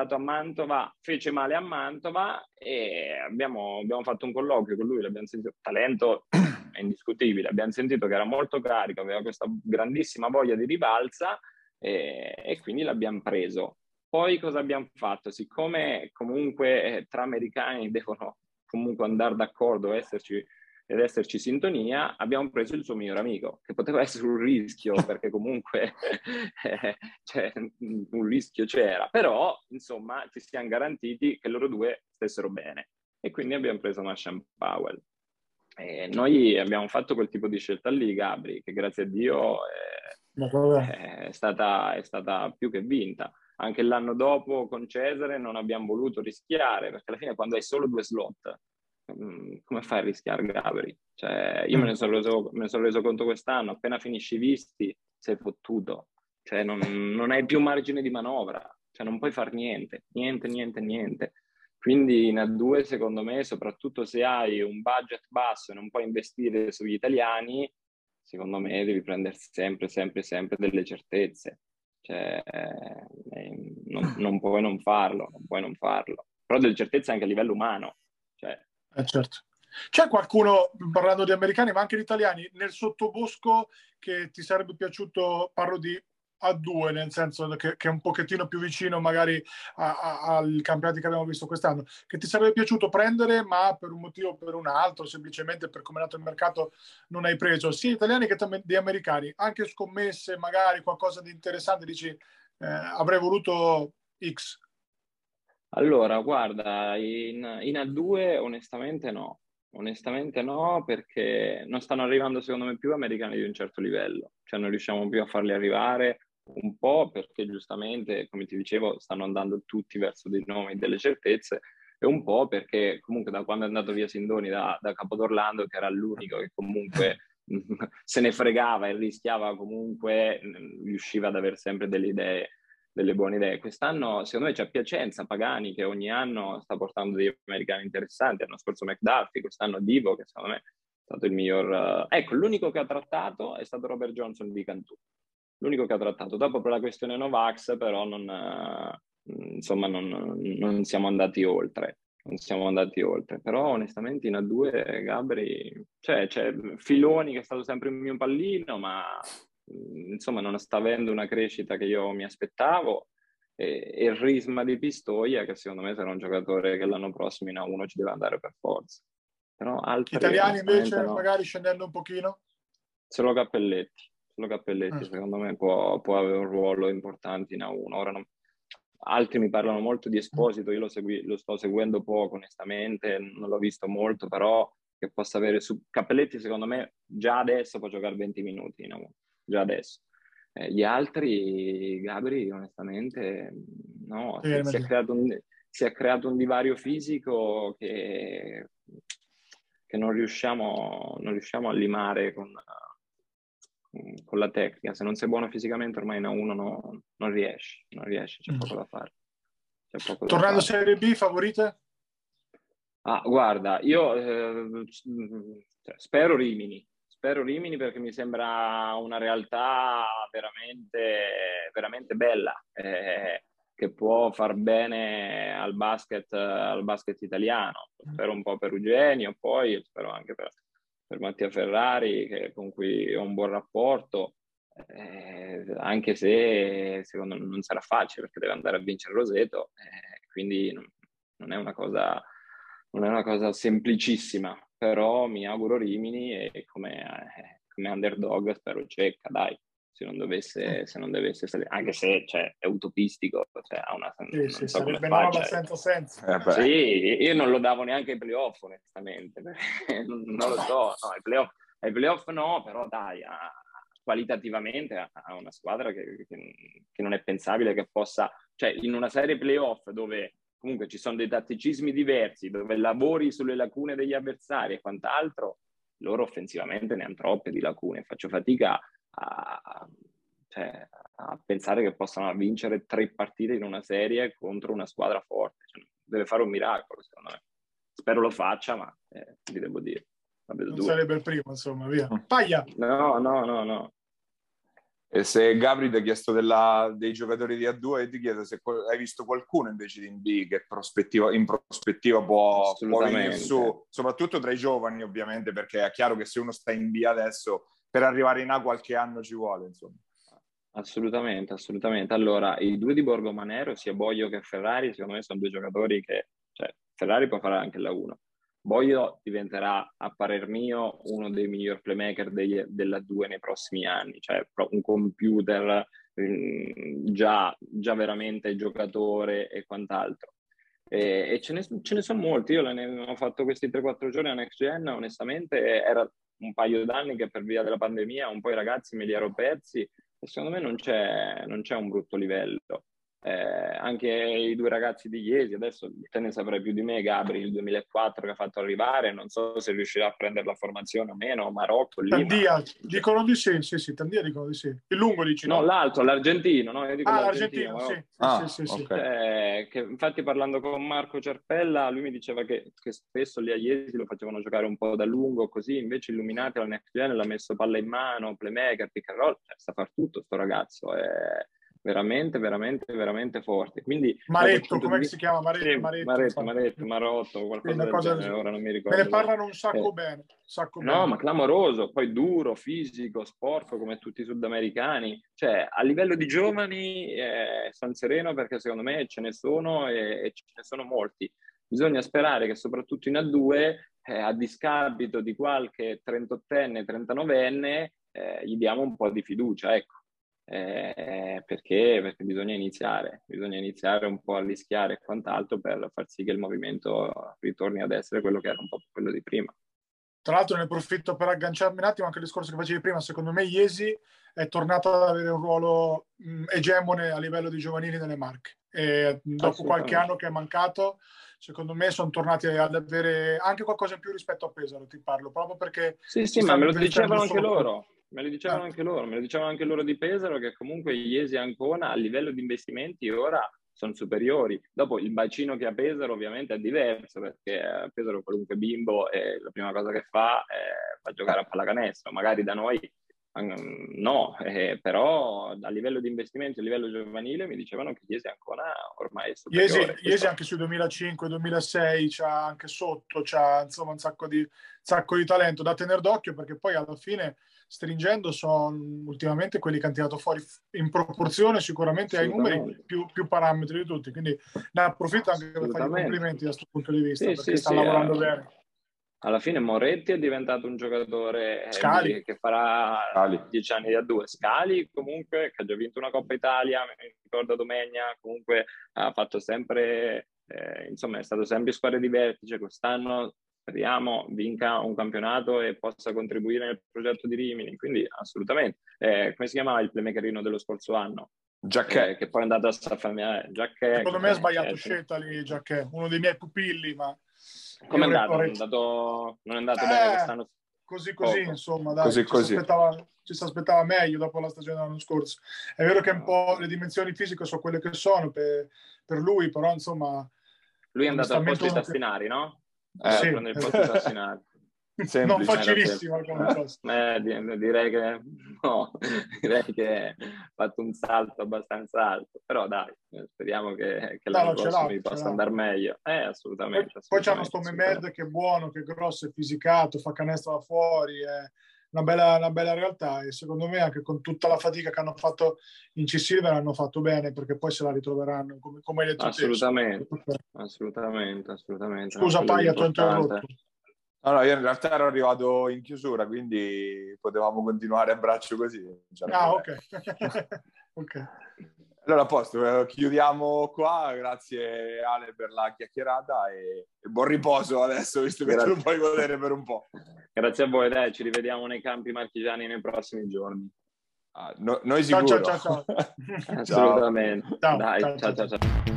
fece male a Mantova e abbiamo fatto un colloquio con lui, l'abbiamo sentito, talento è indiscutibile, abbiamo sentito che era molto carico, aveva questa grandissima voglia di ribalza e quindi l'abbiamo preso. Poi cosa abbiamo fatto? Siccome comunque tra americani devono comunque andare d'accordo ed esserci sintonia, abbiamo preso il suo miglior amico, che poteva essere un rischio, perché comunque cioè, un rischio c'era, però insomma ci siamo garantiti che loro due stessero bene e quindi abbiamo preso Marshall Powell. E noi abbiamo fatto quel tipo di scelta lì, Gabri, che grazie a Dio è stata più che vinta. Anche l'anno dopo con Cesare non abbiamo voluto rischiare, perché alla fine quando hai solo 2 slot, come fai a rischiare, Gabri? Cioè, io me ne sono reso conto quest'anno, appena finisci i visti sei fottuto, cioè non hai più margine di manovra, cioè non puoi fare niente. Quindi in A2 secondo me, soprattutto se hai un budget basso e non puoi investire sugli italiani, secondo me devi prendere sempre delle certezze. Cioè, non puoi non farlo. Però delle certezze anche a livello umano. Cioè. Certo. C'è qualcuno, parlando di americani, ma anche di italiani, nel sottobosco che ti sarebbe piaciuto, parlo di A2, nel senso che è un pochettino più vicino magari ai campionati che abbiamo visto quest'anno, che ti sarebbe piaciuto prendere, ma per un motivo o per un altro, semplicemente per come è nato il mercato, non hai preso, sia italiani che di americani, anche scommesse, magari qualcosa di interessante, dici avrei voluto X. Allora, guarda, in A2 onestamente no, perché non stanno arrivando secondo me più americani di un certo livello, cioè non riusciamo più a farli arrivare, un po' perché giustamente, come ti dicevo, stanno andando tutti verso dei nomi, delle certezze, e un po' perché comunque da quando è andato via Sindoni da Capodorlando, che era l'unico che comunque se ne fregava e rischiava comunque, riusciva ad avere sempre delle buone idee. Quest'anno, secondo me, c'è Piacenza, Pagani, che ogni anno sta portando degli americani interessanti. L'anno scorso McDuffie, quest'anno Divo, che secondo me è stato il miglior... Ecco, l'unico che ha trattato è stato Robert Johnson di Cantù. L'unico che ha trattato. Dopo per la questione Novax, però insomma, non siamo andati oltre. Non siamo andati oltre. Però onestamente in A2 Gabri... Cioè, c'è Filoni che è stato sempre il mio pallino, ma... insomma non sta avendo una crescita che io mi aspettavo, e il Risma di Pistoia che secondo me sarà un giocatore che l'anno prossimo in A1 ci deve andare per forza, però altri Italiani invece no. magari scendendo un pochino? Solo Cappelletti secondo me può avere un ruolo importante in A1. Ora altri mi parlano molto di Esposito, io lo sto seguendo poco onestamente, non l'ho visto molto, però che possa avere Cappelletti secondo me già adesso può giocare 20 minuti in A1, già adesso. Gli altri, Gabri, onestamente, no, si è creato un divario fisico che non riusciamo a limare con la tecnica. Se non sei buono fisicamente ormai in A1 non riesci, c'è poco da fare. Tornando a Serie B, favorite? Guarda, io spero Rimini perché mi sembra una realtà veramente, veramente bella, che può far bene al basket italiano. Spero un po' per Eugenio, poi spero anche per Mattia Ferrari, con cui ho un buon rapporto, anche se secondo me non sarà facile perché deve andare a vincere Roseto, quindi non è una cosa semplicissima, però mi auguro Rimini e come underdog spero Cecca, dai, se non dovesse salire, anche se è utopistico, ha una, non so sarebbe come no, faccia. senza senso. Sì, io non lo davo neanche ai playoff onestamente, non lo so, no, ai playoff no, però dai, qualitativamente ha una squadra che non è pensabile che possa, cioè in una serie playoff dove comunque ci sono dei tatticismi diversi, dove lavori sulle lacune degli avversari e quant'altro, loro offensivamente ne hanno troppe di lacune. Faccio fatica a pensare che possano vincere 3 partite in una serie contro una squadra forte. Deve fare un miracolo, secondo me. Spero lo faccia, ma vi devo dire. Non sarebbe il primo, insomma, via. Paglia! No. E se Gabri ti ha chiesto dei giocatori di A2, io ti chiedo se hai visto qualcuno invece di B che in prospettiva può venire su, soprattutto tra i giovani ovviamente, perché è chiaro che se uno sta in B adesso, per arrivare in A qualche anno ci vuole, insomma. Assolutamente. Allora, i due di Borgomanero, sia Boio che Ferrari, secondo me sono 2 giocatori che, Ferrari può fare anche la 1. Boio diventerà, a parer mio, uno dei miglior playmaker della 2 nei prossimi anni, un computer già veramente giocatore e quant'altro. E ce ne sono molti. Io ho fatto questi 3-4 giorni a Next Gen, onestamente era un paio d'anni che per via della pandemia un po' i ragazzi me li ero persi, e secondo me non c'è un brutto livello. Anche i 2 ragazzi di Iesi, adesso te ne saprai più di me, Gabri, il 2004 che ha fatto arrivare, non so se riuscirà a prendere la formazione o meno, Marocco, Lima. Tandia, dicono di sì, Tandia dicono di sì. Il lungo dici, no? L'altro, l'argentino, no? Io dico l'argentino, sì. Okay. Che infatti parlando con Marco Cerpella, lui mi diceva che spesso lì a Iesi lo facevano giocare un po' da lungo, così invece Illuminati alla Next Gen l'ha messo palla in mano, playmaker, pick and roll, sa far tutto sto ragazzo, veramente, veramente, veramente forte. Quindi, Maretto, come si chiama? Marotto, qualcosa del genere, ora non mi Me ricordo. ne parlano un sacco bene. No, ma clamoroso, poi duro, fisico, sporco come tutti i sudamericani. Cioè, a livello di giovani, sono sereno perché secondo me ce ne sono e ce ne sono molti. Bisogna sperare che soprattutto in A2, a discapito di qualche 38enne, 39enne, gli diamo un po' di fiducia, ecco. Perché bisogna iniziare un po' a rischiare e quant'altro per far sì che il movimento ritorni ad essere quello che era un po' quello di prima. Tra l'altro ne approfitto per agganciarmi un attimo anche al discorso che facevi prima. Secondo me Iesi è tornato ad avere un ruolo egemone a livello di giovanili nelle Marche. E dopo qualche anno che è mancato, secondo me sono tornati ad avere anche qualcosa in più rispetto a Pesaro, ti parlo, proprio perché... Sì, ma me lo dicevano anche loro. Me lo dicevano anche loro di Pesaro, che comunque Iesi e Ancona a livello di investimenti ora sono superiori. Dopo il bacino che ha Pesaro ovviamente è diverso, perché a Pesaro qualunque bimbo la prima cosa che fa è giocare a pallacanestro. Magari da noi no, però a livello di investimenti, a livello giovanile mi dicevano che Iesi e Ancona ormai è superiore. Iesi anche sui 2005-2006 c'ha anche sotto, c'ha insomma un sacco di talento da tenere d'occhio, perché poi alla fine stringendo sono ultimamente quelli che hanno tirato fuori in proporzione sicuramente ai numeri più parametri di tutti, quindi ne approfitto anche per fargli complimenti da questo punto di vista, perché sta lavorando bene. Alla fine Moretti è diventato un giocatore che farà 10 anni da due. Scali comunque, che ha già vinto una Coppa Italia, mi ricordo Domegna, comunque ha fatto sempre, insomma è stato sempre in squadre di vertice. Quest'anno speriamo vinca un campionato e possa contribuire nel progetto di Rimini, quindi assolutamente. Come si chiamava il playmakerino dello scorso anno? Giacchè. Che poi è andato a Safamia. Secondo me ha sbagliato scelta lì, Giacchè, uno dei miei pupilli, ma... Come è andato? Non è andato bene quest'anno? Così, insomma, dai, così. Ci si aspettava meglio dopo la stagione dell'anno scorso. È vero che un po' le dimensioni fisiche sono quelle che sono per lui, però insomma... Lui è andato al posto di Tassinari, no? Sì. Prendere il posto di Tassinari. Non facilissimo come cosa. Direi che ha fatto un salto abbastanza alto, però dai, speriamo che l'anno prossimo mi possa andare meglio. Assolutamente. Poi c'hanno sto Mehmed che è buono, che è grosso, è fisicato, fa canestro da fuori, è una bella realtà, e secondo me anche con tutta la fatica che hanno fatto in C-Silver hanno fatto bene, perché poi se la ritroveranno come hai detto. Assolutamente. Scusa Paia, ti ho interrotto. No, io in realtà ero arrivato in chiusura, quindi potevamo continuare a braccio così. Ok. Allora, a posto, chiudiamo qua. Grazie Ale per la chiacchierata e buon riposo adesso, visto che te lo puoi godere per un po'. Grazie a voi, dai, ci rivediamo nei campi marchigiani nei prossimi giorni. Noi sicuro. Ciao. Assolutamente. Ciao. Dai, ciao.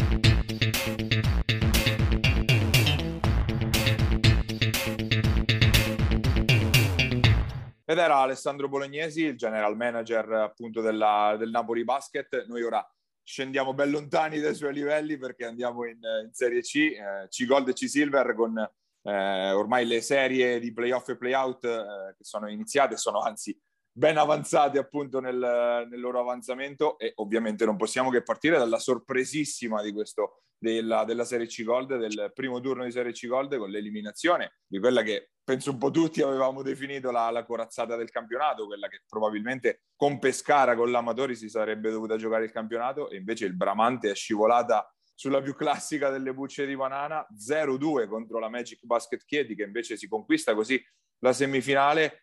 Ed era Alessandro Bolognesi, il general manager appunto del Napoli Basket. Noi ora scendiamo ben lontani dai suoi livelli perché andiamo in Serie C, C-Gold e C-Silver, con ormai le serie di playoff e playout che sono iniziate, sono anzi ben avanzate appunto nel loro avanzamento, e ovviamente non possiamo che partire dalla sorpresissima della Serie C Gold, del primo turno di Serie C Gold, con l'eliminazione di quella che penso un po' tutti avevamo definito la corazzata del campionato, quella che probabilmente con Pescara, con l'Amatori, si sarebbe dovuta giocare il campionato, e invece il Bramante è scivolata sulla più classica delle bucce di banana, 0-2 contro la Magic Basket Chieti, che invece si conquista così la semifinale.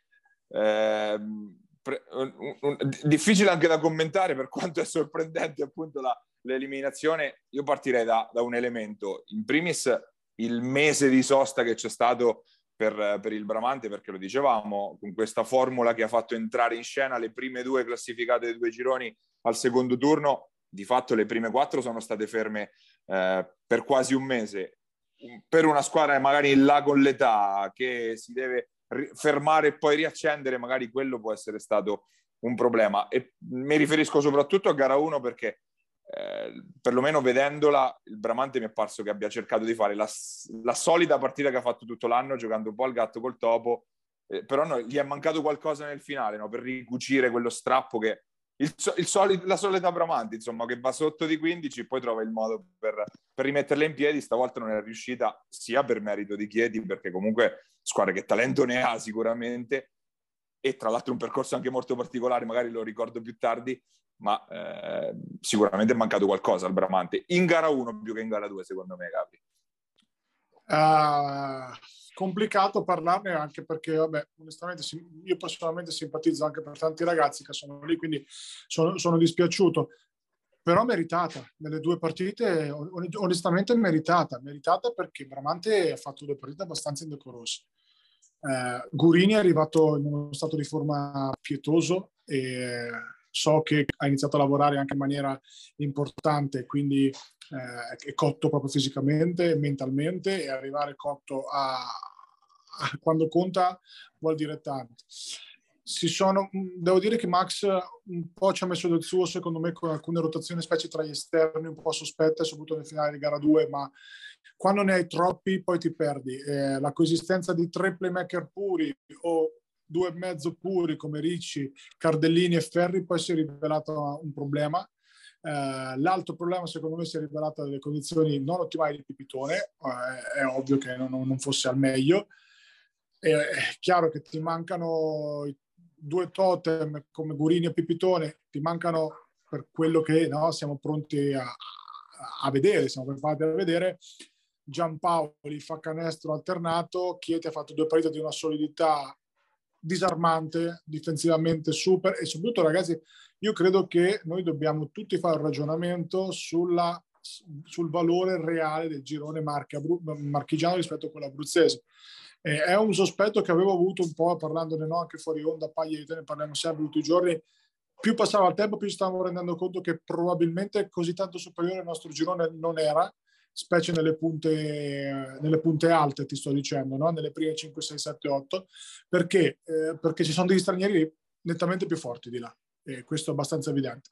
Difficile anche da commentare per quanto è sorprendente appunto l'eliminazione. Io partirei da un elemento, in primis il mese di sosta che c'è stato per il Bramante, perché lo dicevamo, con questa formula che ha fatto entrare in scena le prime due classificate dei due gironi al secondo turno, di fatto le prime 4 sono state ferme per quasi un mese. Per una squadra magari là con l'età che si deve fermare e poi riaccendere, magari quello può essere stato un problema, e mi riferisco soprattutto a gara 1 perché perlomeno vedendola il Bramante mi è parso che abbia cercato di fare la solita partita che ha fatto tutto l'anno, giocando un po' al gatto col topo, però gli è mancato qualcosa nel finale, no? Per ricucire quello strappo che la solita Bramante, insomma, che va sotto di 15 e poi trova il modo per rimetterla in piedi. Stavolta non è riuscita, sia per merito di Chieti, perché comunque squadra che talento ne ha sicuramente, e tra l'altro un percorso anche molto particolare, magari lo ricordo più tardi, ma sicuramente è mancato qualcosa al Bramante, in gara 1 più che in gara 2, secondo me, Capri. Complicato parlarne, anche perché, vabbè, onestamente io personalmente simpatizzo anche per tanti ragazzi che sono lì, quindi sono dispiaciuto, però meritata nelle due partite, onestamente meritata perché Bramante ha fatto due partite abbastanza indecorose. Gurini è arrivato in uno stato di forma pietoso e so che ha iniziato a lavorare anche in maniera importante, quindi è cotto proprio fisicamente, mentalmente, e arrivare cotto a quando conta vuol dire tanto. Devo dire che Max un po' ci ha messo del suo, secondo me, con alcune rotazioni, specie tra gli esterni, un po' sospette, soprattutto nel finale di gara 2, ma quando ne hai troppi poi ti perdi. La coesistenza di 3 playmaker puri o 2,5 puri come Ricci, Cardellini e Ferri poi si è rivelato un problema. L'altro problema, secondo me, si è rivelato delle condizioni non ottimali di Pipitone. È ovvio che non fosse al meglio. È chiaro che ti mancano due totem come Gurini e Pipitone, ti mancano per quello che siamo pronti a vedere, siamo preparati a vedere. Giampaoli fa canestro alternato, Chieti ha fatto due partite di una solidità disarmante, difensivamente super, e soprattutto, ragazzi, io credo che noi dobbiamo tutti fare un ragionamento sul valore reale del girone marchigiano rispetto a quello abruzzese. È un sospetto che avevo avuto un po' parlandone anche fuori onda, ne parliamo sempre tutti i giorni. Più passava il tempo, più ci stavamo rendendo conto che probabilmente così tanto superiore al nostro girone non era, specie nelle punte alte, ti sto dicendo, no? Nelle prime 5, 6, 7, 8, perché ci sono degli stranieri nettamente più forti di là, e questo è abbastanza evidente.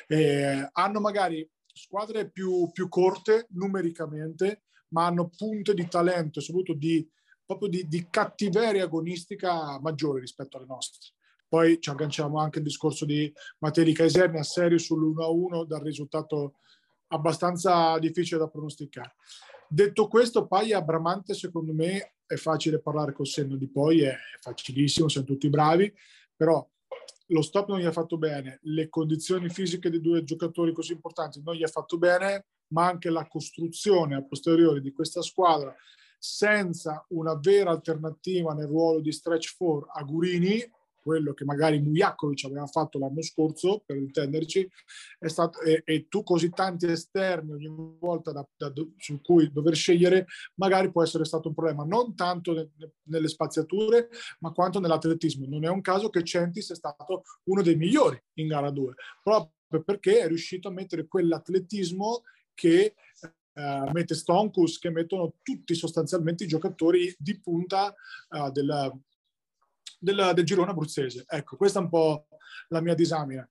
Hanno magari squadre più corte numericamente, ma hanno punte di talento e soprattutto proprio di cattiveria agonistica maggiore rispetto alle nostre. Poi ci agganciamo anche il discorso di Mateli Caeserni a serio sull'1-1 dal risultato abbastanza difficile da pronosticare. Detto questo, Paia Bramante, secondo me, è facile parlare col senno di poi, è facilissimo, siamo tutti bravi, però lo stop non gli ha fatto bene, le condizioni fisiche dei due giocatori così importanti non gli ha fatto bene, ma anche la costruzione a posteriori di questa squadra senza una vera alternativa nel ruolo di stretch 4 a Gurini, quello che magari Mujakovic aveva fatto l'anno scorso, per intenderci, è stato, e tu così tanti esterni ogni volta su cui dover scegliere, magari può essere stato un problema, non tanto nelle spaziature, ma quanto nell'atletismo. Non è un caso che Centis è stato uno dei migliori in gara 2, proprio perché è riuscito a mettere quell'atletismo che mette Stonkus, che mettono tutti sostanzialmente i giocatori di punta del girone abruzzese. Ecco, questa è un po' la mia disamina.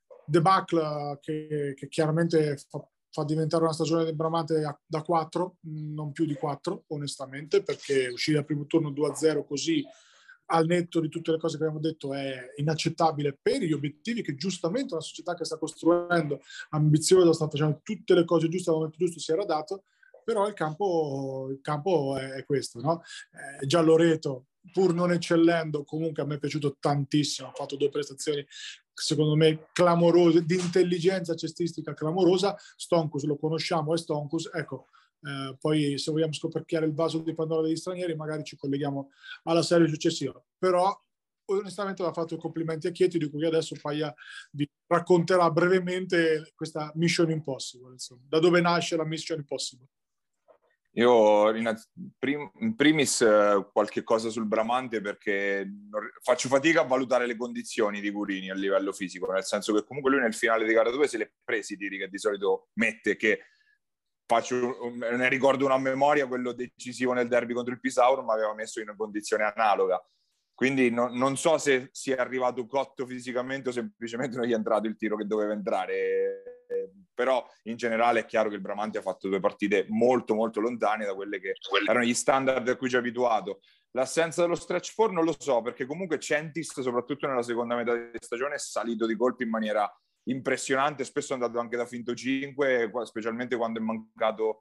Debacle che chiaramente fa diventare una stagione del Bramante da 4, non più di 4, onestamente, perché uscire al primo turno 2-0 così, al netto di tutte le cose che abbiamo detto, è inaccettabile per gli obiettivi che giustamente una società che sta costruendo, ambiziosa, sta facendo tutte le cose giuste al momento giusto, si era dato. Però il campo è questo, no? Già Loreto, pur non eccellendo, comunque a me è piaciuto tantissimo, ha fatto due prestazioni secondo me clamorose, di intelligenza cestistica clamorosa. Stonkus lo conosciamo, è Stonkus, ecco. Poi se vogliamo scoperchiare il vaso di Pandora degli stranieri magari ci colleghiamo alla serie successiva, però onestamente va fatto i complimenti a Chieti, di cui adesso Paia vi racconterà brevemente questa Mission Impossible, insomma. Da dove nasce la Mission Impossible? Io in primis qualche cosa sul Bramante, perché faccio fatica a valutare le condizioni di Gurini a livello fisico, nel senso che comunque lui nel finale di gara 2 se li è presi i tiri che di solito mette, che ne ricordo una memoria, quello decisivo nel derby contro il Pisauro, ma aveva messo in una condizione analoga, quindi non so se sia arrivato cotto fisicamente o semplicemente non gli è entrato il tiro che doveva entrare. però in generale è chiaro che il Bramante ha fatto 2 partite molto molto lontane da quelle che erano gli standard a cui ci è abituato. L'assenza dello stretch 4 non lo so, perché comunque Centis, soprattutto nella seconda metà di stagione, è salito di colpi in maniera impressionante, spesso è andato anche da finto 5, specialmente quando è mancato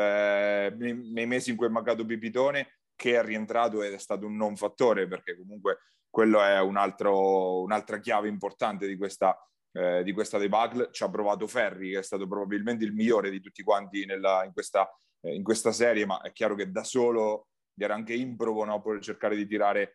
nei mesi in cui è mancato Pipitone, che è rientrato ed è stato un non fattore, perché comunque quello è un'altra chiave importante di questa debacle. Ci ha provato Ferri, che è stato probabilmente il migliore di tutti quanti in questa serie, ma è chiaro che da solo era anche improbo, no, per cercare di tirare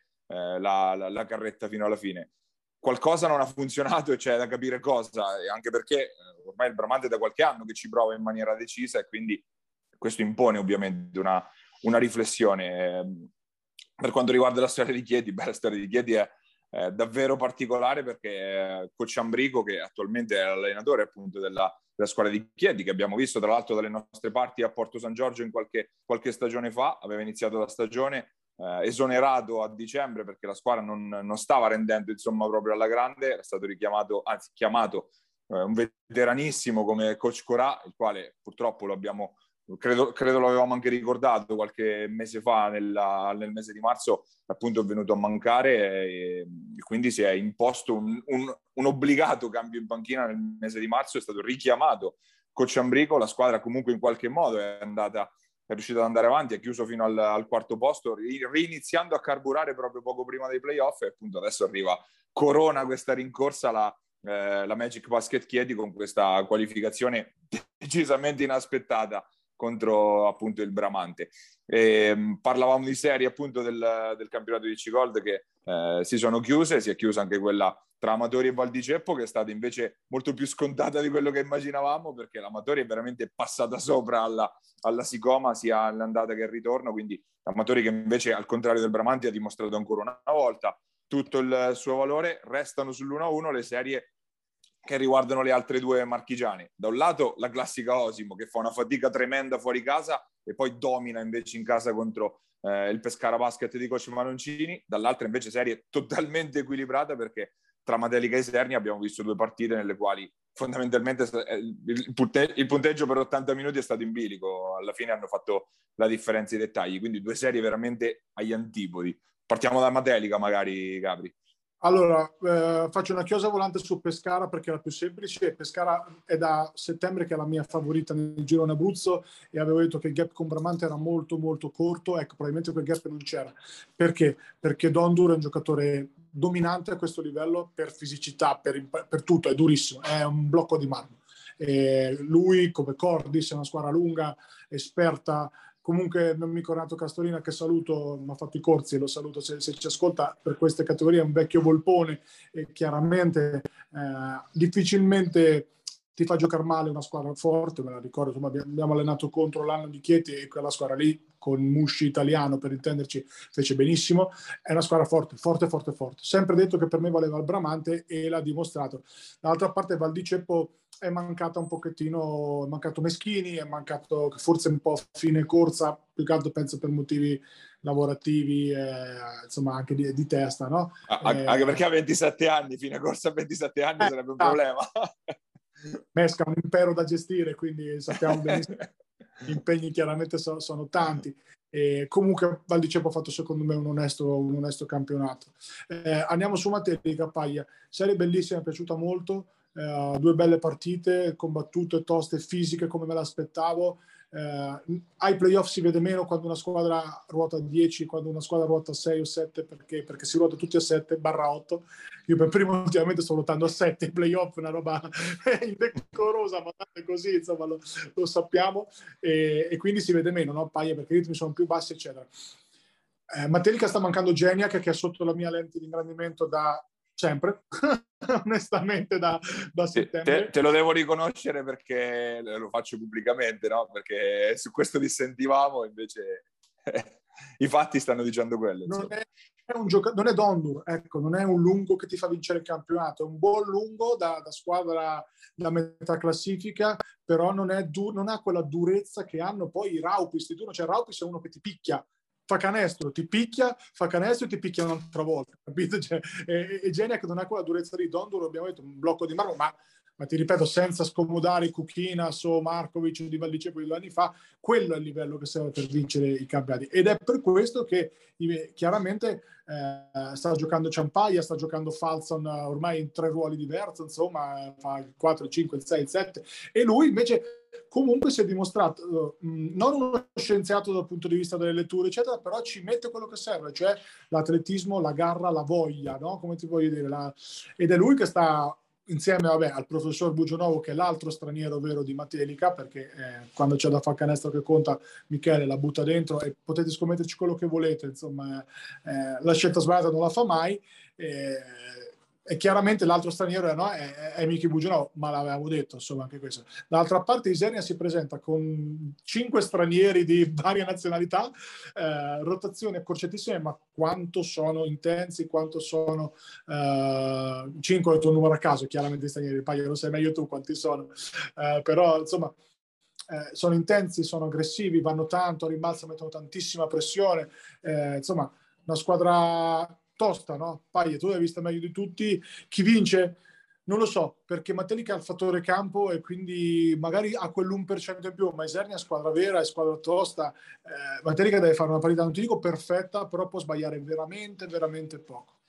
la carretta fino alla fine. Qualcosa non ha funzionato e c'è da capire cosa, e anche perché ormai il Bramante è da qualche anno che ci prova in maniera decisa, e quindi questo impone ovviamente una riflessione. Per quanto riguarda la storia di Chiedi, la storia di Chiedi è davvero particolare, perché Coach Ambrico, che attualmente è l'allenatore appunto della squadra di Chiedi, che abbiamo visto tra l'altro dalle nostre parti a Porto San Giorgio in qualche stagione fa, aveva iniziato la stagione esonerato a dicembre perché la squadra non stava rendendo insomma proprio alla grande. Era stato chiamato un veteranissimo come Coach Corà, il quale purtroppo credo lo avevamo anche ricordato qualche mese fa, nel mese di marzo appunto è venuto a mancare, e quindi si è imposto un obbligato cambio in panchina nel mese di marzo. È stato richiamato Coach Ambrico, la squadra comunque in qualche modo è riuscita ad andare avanti, è chiuso fino al 4º posto, riniziando a carburare proprio poco prima dei playoff, e appunto adesso corona questa rincorsa la Magic Basket Chiedi con questa qualificazione decisamente inaspettata contro appunto il Bramante. Parlavamo di serie appunto del campionato di C-Gold che si sono chiuse, si è chiusa anche quella tra Amatori e Val di Ceppo, che è stata invece molto più scontata di quello che immaginavamo, perché l'Amatori è veramente passata sopra alla Sicoma sia all'andata che al ritorno, quindi Amatori che invece al contrario del Bramante ha dimostrato ancora una volta tutto il suo valore. Restano sull'1-1 le serie che riguardano le altre 2 marchigiane. Da un lato la classica Osimo, che fa una fatica tremenda fuori casa e poi domina invece in casa contro il Pescara Basket di Coach Manoncini. Dall'altra invece serie totalmente equilibrata, perché tra Matelica e Isernia abbiamo visto 2 partite nelle quali fondamentalmente il punteggio per 80 minuti è stato in bilico. Alla fine hanno fatto la differenza i dettagli, quindi 2 serie veramente agli antipodi. Partiamo da Matelica magari, Gabri. Allora, faccio una chiosa volante su Pescara perché è la più semplice. Pescara è da settembre che è la mia favorita nel girone Abruzzo, e avevo detto che il gap con Bramante era molto molto corto. Ecco, probabilmente quel gap non c'era. Perché? Perché Dondur è un giocatore dominante a questo livello per fisicità, per tutto, è durissimo, è un blocco di marmo. Lui, come Cordis, è una squadra lunga, esperta. Comunque mio amico Renato Castorina, che saluto, mi ha fatto i corsi e lo saluto se ci ascolta, per queste categorie è un vecchio volpone, e chiaramente difficilmente ti fa giocare male una squadra forte. Me la ricordo, insomma, abbiamo allenato contro l'anno di Chieti e quella squadra lì, con Musci italiano per intenderci, fece benissimo. È una squadra forte. Sempre detto che per me valeva il Bramante e l'ha dimostrato. Dall'altra parte Val di Ceppo è mancata un pochettino, è mancato Meschini, è mancato forse un po' a fine corsa, più che altro penso per motivi lavorativi, insomma anche di testa, no? Anche perché ha 27 anni, fine corsa a 27 anni sarebbe un problema. Mesca è un impero da gestire, quindi sappiamo benissimo gli impegni chiaramente sono tanti. Comunque Val di Ceppo ha fatto secondo me un onesto campionato. Andiamo su Matelica, Paglia, serie bellissima, mi è piaciuta molto. 2 belle partite, combattute, toste, fisiche come me l'aspettavo. Ai playoff si vede meno quando una squadra ruota a 10, quando una squadra ruota a 6 o 7, perché si ruota tutti a 7/8. Io per primo ultimamente sto ruotando a 7 ai playoff, una roba indecorosa, ma è così, insomma lo sappiamo, e quindi si vede meno, no? Paglia, perché i ritmi sono più bassi, eccetera. Matelica sta mancando Geniac, che è sotto la mia lente di ingrandimento da sempre, onestamente da settembre. Te lo devo riconoscere, perché lo faccio pubblicamente, no? Perché su questo dissentivamo, invece i fatti stanno dicendo quello. Non è Dondur, ecco, non è un lungo che ti fa vincere il campionato, è un buon lungo da squadra da metà classifica, però non ha quella durezza che hanno poi i Raupis di turno. Cioè Raupis è uno che ti picchia, fa canestro, ti picchia, fa canestro e ti picchia un'altra volta, capito? Cioè, e Geniac non ha quella durezza di Dondor, abbiamo detto, un blocco di marmo, ma ti ripeto, senza scomodare Kukinas o Markovic o Di Valdicepoli 2 anni fa, quello è il livello che serve per vincere i campionati. Ed è per questo che chiaramente sta giocando Ciampaglia, sta giocando Falzon ormai in 3 ruoli diversi, insomma, fa il 4, il 5, il 6, il 7, e lui invece comunque si è dimostrato non uno scienziato dal punto di vista delle letture, eccetera, però ci mette quello che serve, cioè l'atletismo, la garra, la voglia, no? Come ti voglio dire, ed è lui che sta insieme al professor Bugionovo, che è l'altro straniero vero di Matelica, perché quando c'è da fare canestro che conta, Michele la butta dentro e potete scommetterci quello che volete, insomma, la scelta sbagliata non la fa mai, e chiaramente l'altro straniero è Miki Bugionovo, ma l'avevamo detto, insomma, anche questo. D'altra parte Isernia si presenta con 5 stranieri di varie nazionalità, rotazioni accorciatissime, ma quanto sono intensi, quanto sono 5 è il tuo numero a caso, chiaramente stranieri, Paglia lo sai meglio tu quanti sono, però insomma sono intensi, sono aggressivi, vanno tanto a rimbalzo, mettono tantissima pressione, insomma una squadra tosta, no? Paglia, tu l'hai vista meglio di tutti, chi vince? Non lo so, perché Matelica ha il fattore campo e quindi magari ha quell'1% in più, ma Isernia è squadra vera, è squadra tosta. Matelica deve fare una partita, non ti dico perfetta, però può sbagliare veramente, veramente poco.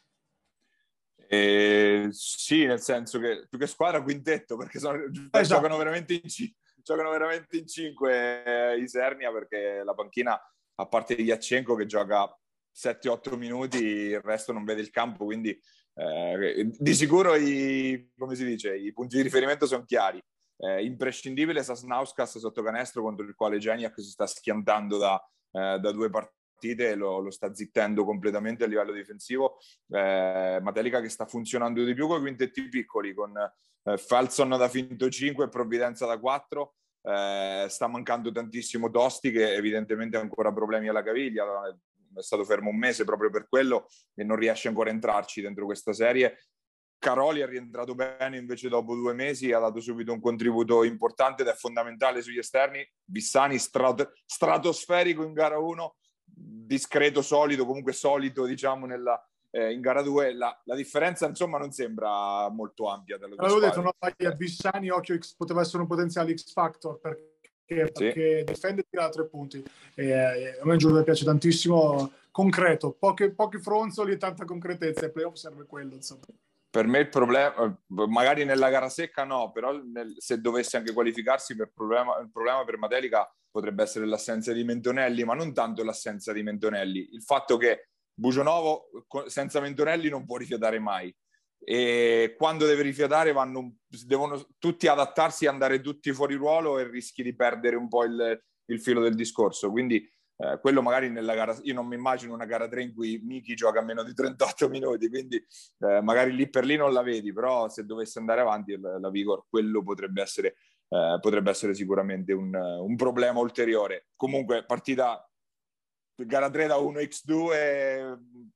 Sì, nel senso che più che squadra quintetto, perché Esatto. giocano veramente in 5 Isernia, perché la panchina, a parte Yatchenko che gioca 7-8 minuti, il resto non vede il campo, quindi di sicuro come si dice, i punti di riferimento sono chiari. Imprescindibile Sasnauskas sotto canestro, contro il quale Geniac si sta schiantando da 2 partite, lo sta zittendo completamente a livello difensivo. Matelica che sta funzionando di più con i quintetti piccoli, con Falzon da finto 5 e Provvidenza da 4. Sta mancando tantissimo Dosti, che evidentemente ha ancora problemi alla caviglia, è stato fermo un mese proprio per quello e non riesce ancora a entrarci dentro questa serie. Caroli è rientrato bene invece dopo 2 mesi, ha dato subito un contributo importante ed è fondamentale sugli esterni. Bissani stratosferico in gara 1, discreto, solido, comunque solito diciamo in gara 2. La differenza insomma non sembra molto ampia. L'avevo detto, no, Bissani, occhio, poteva essere un potenziale X Factor perché difende e tira da 3 punti. A me un giocatore piace tantissimo, concreto, pochi fronzoli e tanta concretezza, e playoff serve quello, insomma. Per me il problema, magari nella gara secca no, però se dovesse anche qualificarsi, il problema per Matelica potrebbe essere l'assenza di Mentonelli, ma non tanto l'assenza di Mentonelli, il fatto che Bugionovo senza Mentonelli non può rifiatare mai, e quando deve rifiatare devono tutti adattarsi e andare tutti fuori ruolo, e rischi di perdere un po' il filo del discorso. Quindi quello magari nella gara, io non mi immagino una gara 3 in cui Miki gioca a meno di 38 minuti, quindi magari lì per lì non la vedi, però se dovesse andare avanti la Vigor, quello potrebbe essere sicuramente un problema ulteriore. Comunque partita gara 3 da 1x2,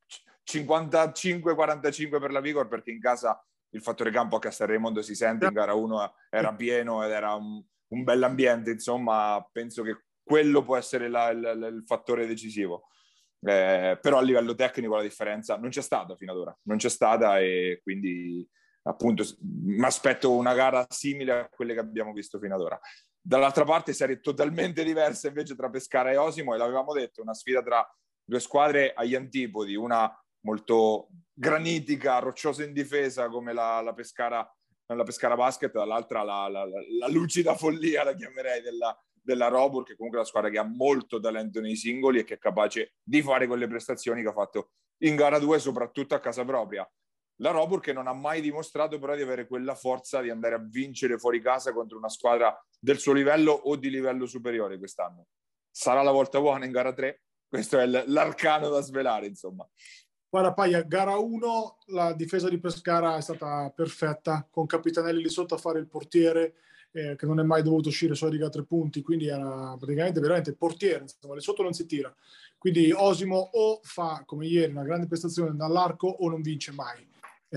55-45 per la Vigor, perché in casa il fattore campo a Castelraimondo si sente, in gara 1 era pieno ed era un bell'ambiente, insomma penso che quello può essere il fattore decisivo. Però a livello tecnico la differenza non c'è stata fino ad ora, non c'è stata, e quindi appunto mi aspetto una gara simile a quelle che abbiamo visto fino ad ora. Dall'altra parte serie totalmente diverse invece tra Pescara e Osimo, e l'avevamo detto, una sfida tra 2 squadre agli antipodi, una molto granitica, rocciosa in difesa come la Pescara Basket, dall'altra la lucida follia, la chiamerei, della Robur, che comunque è una squadra che ha molto talento nei singoli e che è capace di fare quelle prestazioni che ha fatto in gara 2, soprattutto a casa propria. La Robur che non ha mai dimostrato però di avere quella forza di andare a vincere fuori casa contro una squadra del suo livello o di livello superiore quest'anno. Sarà la volta buona in gara 3? Questo è l'arcano da svelare, insomma. Guarda Paglia, gara 1 la difesa di Pescara è stata perfetta, con Capitanelli lì sotto a fare il portiere, che non è mai dovuto uscire solo di 3 punti, quindi era praticamente veramente il portiere, insomma, lì sotto non si tira. Quindi Osimo o fa come ieri una grande prestazione dall'arco o non vince mai.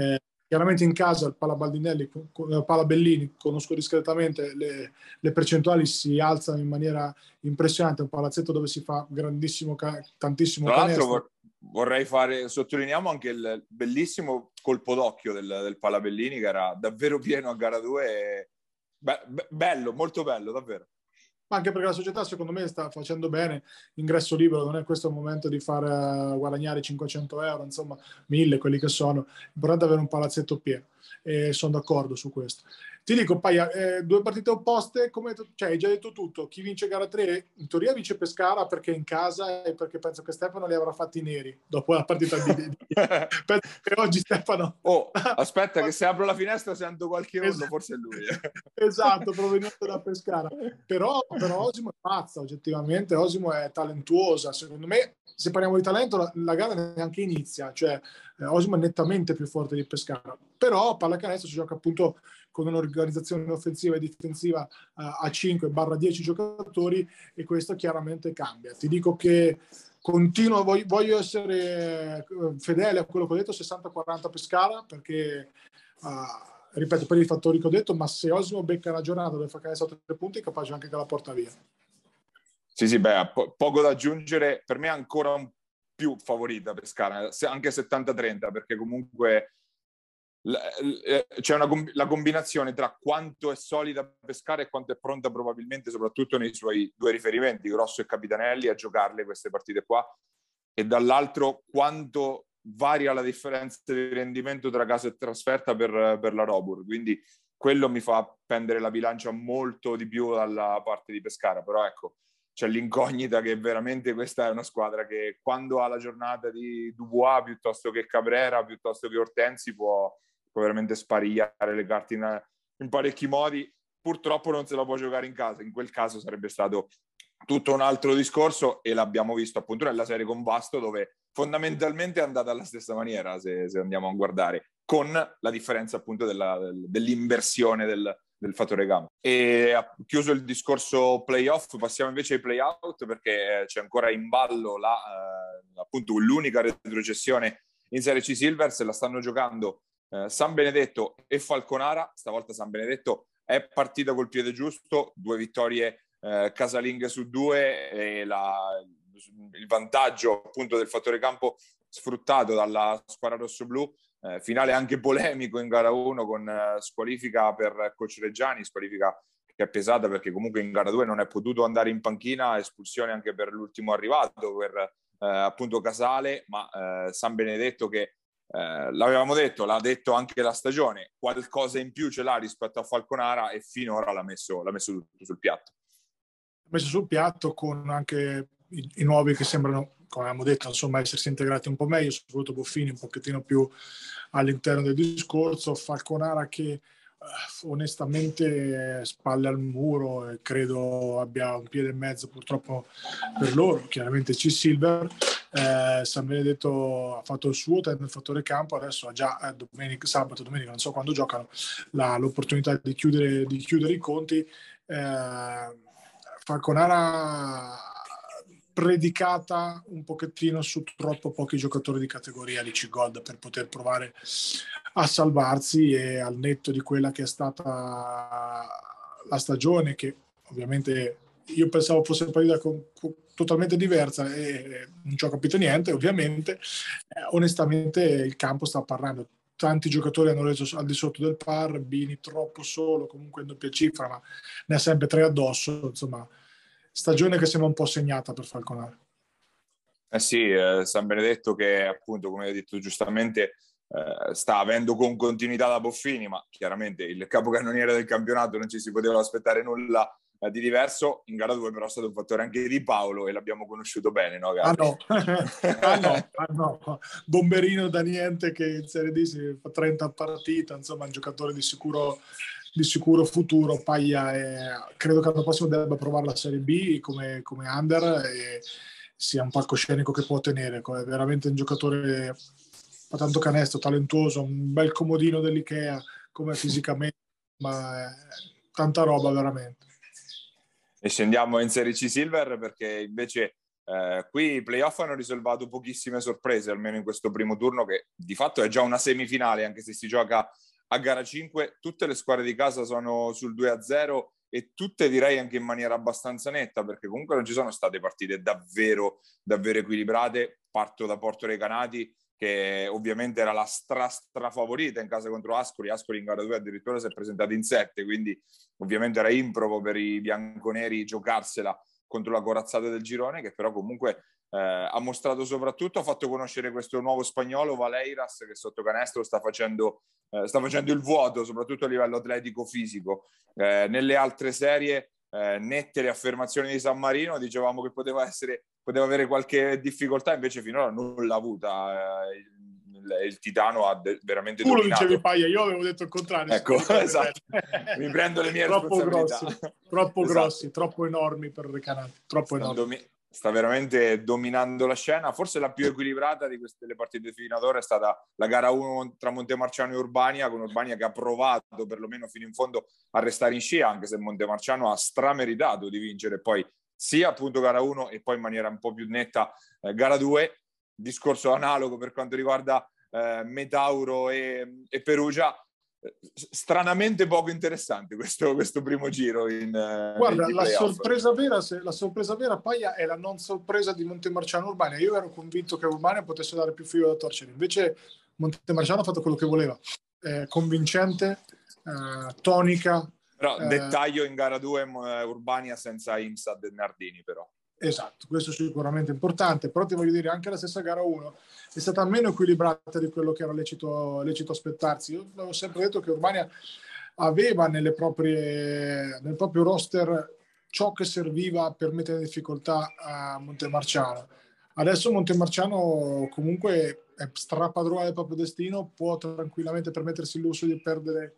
Chiaramente in casa il Palabellini, conosco discretamente, le percentuali si alzano in maniera impressionante, un palazzetto dove si fa tantissimo Tra l'altro canestro. vorrei sottolineiamo anche il bellissimo colpo d'occhio del Palabellini, che era davvero pieno a gara 2. Bello, molto bello, davvero. Anche perché la società secondo me sta facendo bene, ingresso libero, non è questo il momento di far guadagnare 500 euro, insomma 1000 quelli che sono, è importante avere un palazzetto pieno e sono d'accordo su questo. Ti dico Paia, due partite opposte, cioè, hai già detto tutto, chi vince gara 3 in teoria vince Pescara perché è in casa e perché penso che Stefano li avrà fatti neri dopo la partita penso che oggi Stefano aspetta che se apro la finestra sento qualche urlo, forse è lui. Esatto, proveniente da Pescara, però Osimo è pazza, oggettivamente Osimo è talentuosa, secondo me se parliamo di talento la gara neanche inizia, cioè Osimo è nettamente più forte di Pescara, però pallacanestro si gioca appunto con un'organizzazione offensiva e difensiva a 5/10 giocatori e questo chiaramente cambia. Ti dico che continuo, voglio essere fedele a quello che ho detto, 60-40 Pescara, perché ripeto, per i fattori che ho detto, ma se Osimo becca una giornata dove fa canestro a 3 punti, è capace anche che la porta via. Sì, poco da aggiungere, per me è ancora più favorita Pescara, anche 70-30, perché comunque c'è la combinazione tra quanto è solida Pescara e quanto è pronta probabilmente, soprattutto nei suoi due riferimenti, Grosso e Capitanelli, a giocarle queste partite qua, e dall'altro quanto varia la differenza di rendimento tra casa e trasferta per la Robur, quindi quello mi fa pendere la bilancia molto di più dalla parte di Pescara, però ecco, c'è l'incognita che veramente questa è una squadra che quando ha la giornata di Dubois piuttosto che Cabrera, piuttosto che Ortensi, può veramente sparigliare le carte in parecchi modi. Purtroppo non se la può giocare in casa, in quel caso sarebbe stato tutto un altro discorso e l'abbiamo visto appunto nella serie con Vasto, dove fondamentalmente è andata alla stessa maniera, se andiamo a guardare, con la differenza appunto dell'inversione del fattore gamma. E chiuso il discorso playoff, passiamo invece ai playout, perché c'è ancora in ballo appunto l'unica retrocessione in Serie C Silver, se la stanno giocando San Benedetto e Falconara. Stavolta San Benedetto è partita col piede giusto, 2 vittorie casalinghe su 2 e il vantaggio appunto del fattore campo sfruttato dalla squadra rossoblù. Finale anche polemico in gara 1 con squalifica per coach Reggiani, squalifica che è pesata perché comunque in gara 2 non è potuto andare in panchina, espulsione anche per l'ultimo arrivato, per appunto Casale, ma San Benedetto che l'avevamo detto, l'ha detto anche la stagione, qualcosa in più ce l'ha rispetto a Falconara e finora l'ha messo tutto sul piatto. Messo sul piatto con anche i nuovi che sembrano, come abbiamo detto, insomma, essersi integrati un po' meglio, soprattutto Boffini un pochettino più all'interno del discorso, Falconara che onestamente spalle al muro e credo abbia un piede e mezzo purtroppo per loro, chiaramente C-Silver. San Benedetto ha fatto il suo, nel fattore campo, adesso ha già sabato, domenica, non so quando giocano, l'opportunità di chiudere i conti. Falconara predicata un pochettino su troppo pochi giocatori di categoria Lici Gold per poter provare a salvarsi, e al netto di quella che è stata la stagione, che ovviamente io pensavo fosse partita totalmente diversa e non ci ho capito niente, ovviamente, onestamente il campo sta parlando. Tanti giocatori hanno reso al di sotto del par, Bini troppo solo, comunque in doppia cifra, ma ne ha sempre 3 addosso, insomma, stagione che sembra un po' segnata per Falconara. Sì, San Benedetto che appunto, come hai detto giustamente, sta avendo con continuità da Boffini, ma chiaramente il capocannoniere del campionato non ci si poteva aspettare nulla di diverso. In gara 2 però è stato un fattore anche di Paolo e l'abbiamo conosciuto bene, no? No. Bomberino da niente che in Serie D si fa 30 partite, insomma un giocatore di sicuro futuro. Paia credo che l'anno prossimo debba provare la Serie B come under e sia un palcoscenico che può tenere. È veramente un giocatore, fa tanto canestro, talentuoso, un bel comodino dell'Ikea come fisicamente, ma tanta roba veramente. E scendiamo in Serie C Silver perché invece Qui i playoff hanno risolvato pochissime sorprese, almeno in questo primo turno, che di fatto è già una semifinale, anche se si gioca a gara 5. Tutte le squadre di casa sono sul 2-0 e tutte direi anche in maniera abbastanza netta, perché comunque non ci sono state partite davvero equilibrate. Parto da Porto Recanati, che ovviamente era la stra favorita in casa contro Ascoli. Ascoli in gara 2 addirittura si è presentata in 7, quindi ovviamente era improbo per i bianconeri giocarsela contro la corazzata del girone, che però comunque ha mostrato, soprattutto ha fatto conoscere questo nuovo spagnolo Valeiras, che sotto canestro sta facendo il vuoto, soprattutto a livello atletico-fisico. Nelle altre serie nette le affermazioni di San Marino, dicevamo che poteva avere qualche difficoltà, invece finora non l'ha avuta. Il Titano ha veramente tu dominato. lo dicevi, Paia, io avevo detto il contrario. Ecco, esatto. Mi prendo le mie responsabilità. Troppo Esatto. Grossi, troppo enormi per Recanati, troppo enormi. Sta veramente dominando la scena. Forse la più equilibrata di queste le partite fino ad ora è stata la gara 1 tra Montemarciano e Urbania, con Urbania che ha provato perlomeno fino in fondo a restare in scia, anche se Montemarciano ha strameritato di vincere poi sia appunto gara 1 e poi in maniera un po' più netta gara 2. Discorso analogo per quanto riguarda Metauro e Perugia. Stranamente poco interessante questo primo giro guarda, la sorpresa vera, Paia, è la non sorpresa di Montemarciano Urbania. Io ero convinto che Urbania potesse dare più filo da torcere, invece Montemarciano ha fatto quello che voleva, convincente, tonica. Però dettaglio in gara 2 Urbania senza Imsad e Nardini, però. Esatto, questo è sicuramente importante, però ti voglio dire, anche la stessa gara 1 è stata meno equilibrata di quello che era lecito aspettarsi. Io avevo sempre detto che Urbania aveva nel proprio roster ciò che serviva per mettere in difficoltà a Montemarciano. Adesso Montemarciano comunque è strapadrona del proprio destino, può tranquillamente permettersi il lusso di perdere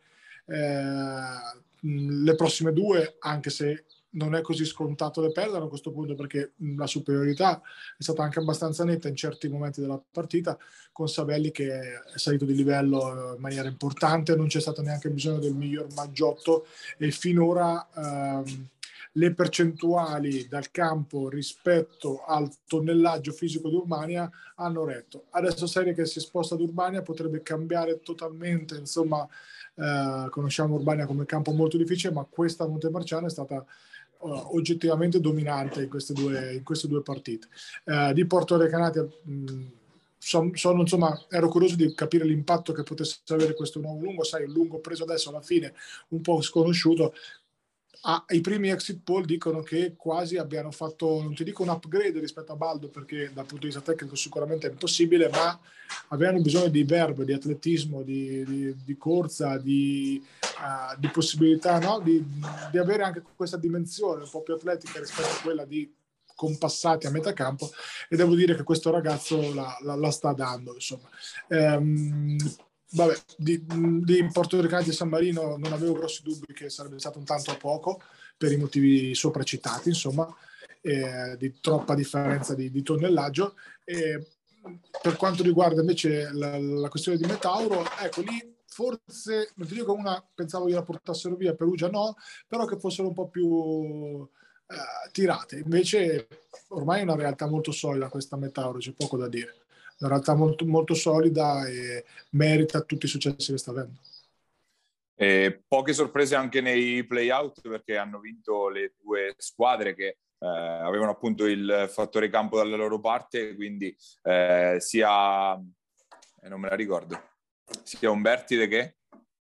le prossime 2, anche se non è così scontato le perdere a questo punto, perché la superiorità è stata anche abbastanza netta in certi momenti della partita, con Savelli che è salito di livello in maniera importante, non c'è stato neanche bisogno del miglior Maggiotto e finora le percentuali dal campo rispetto al tonnellaggio fisico di Urbania hanno retto. Adesso serie che si sposta ad Urbania potrebbe cambiare totalmente, insomma. Conosciamo Urbania come campo molto difficile, ma questa Montemarciano è stata oggettivamente dominante in queste due partite. Di Porto Recanati insomma, ero curioso di capire l'impatto che potesse avere questo nuovo lungo, sai, il lungo preso adesso alla fine un po' sconosciuto. I primi exit poll dicono che quasi abbiano fatto, non ti dico un upgrade rispetto a Baldo, perché dal punto di vista tecnico sicuramente è impossibile, ma avevano bisogno di verve, di atletismo, di corsa, di possibilità, no? di avere anche questa dimensione un po' più atletica rispetto a quella di compassati a metà campo, e devo dire che questo ragazzo la sta dando, insomma. Vabbè, di Porto Recanati e San Marino non avevo grossi dubbi che sarebbe stato un tanto a poco per i motivi sopra citati, insomma, di troppa differenza di tonnellaggio. Per quanto riguarda invece la questione di Metauro, ecco lì forse, non ti dico una, pensavo gliela portassero via, Perugia no, però che fossero un po' più tirate. Invece ormai è una realtà molto solida questa Metauro, c'è poco da dire. Una realtà molto, molto solida e merita tutti i successi che sta avendo. Poche sorprese anche nei play-out, perché hanno vinto le due squadre che avevano appunto il fattore campo dalla loro parte, quindi sia non me la ricordo, sia Umbertide che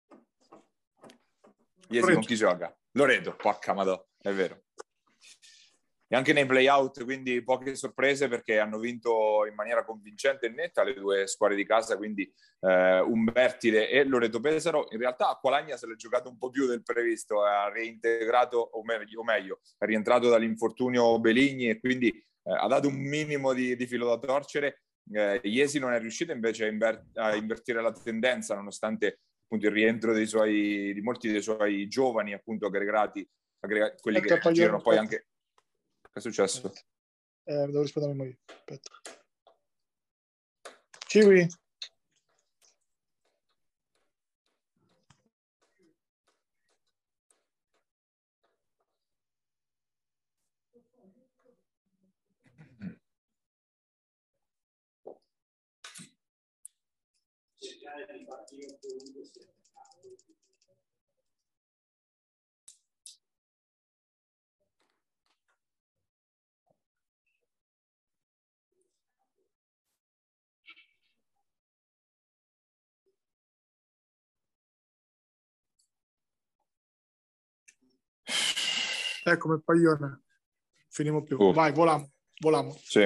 Iesi con chi gioca? Loreto, porca madò, è vero. E anche nei play-out, quindi poche sorprese, perché hanno vinto in maniera convincente e netta le due squadre di casa, quindi Umbertide e Loreto Pesaro. In realtà Acqualagna se l'è giocato un po' più del previsto, ha reintegrato, o meglio, è rientrato dall'infortunio Beligni e quindi ha dato un minimo di filo da torcere. Iesi non è riuscito invece a invertire la tendenza, nonostante appunto il rientro di molti dei suoi giovani appunto aggregati, quelli che girano poi anche. Che è successo? Devo rispondere a io. Aspetta. Ciwi. Come paglione. Finimo più. Vai, voliamo. Sì.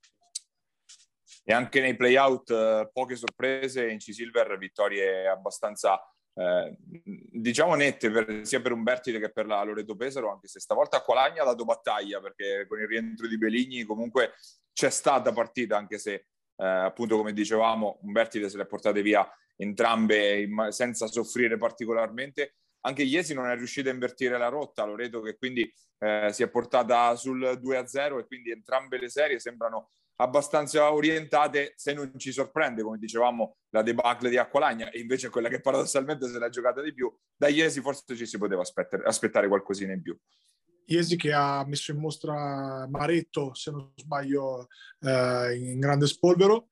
E anche nei play-out poche sorprese, in C-Silver vittorie abbastanza diciamo nette sia per Umbertide che per la Loreto Pesaro, anche se stavolta Acqualagna ha dato battaglia, perché con il rientro di Beligni comunque c'è stata partita, anche se appunto come dicevamo Umbertide se le ha portate via entrambe senza soffrire particolarmente. Anche Iesi non è riuscita a invertire la rotta, Loreto che quindi si è portata sul 2-0, e quindi entrambe le serie sembrano abbastanza orientate, se non ci sorprende, come dicevamo, la debacle di Acqualagna, e invece quella che paradossalmente se l'ha giocata di più. Da Iesi forse ci si poteva aspettare qualcosina in più. Iesi che ha messo in mostra Maretto, se non sbaglio, in grande spolvero,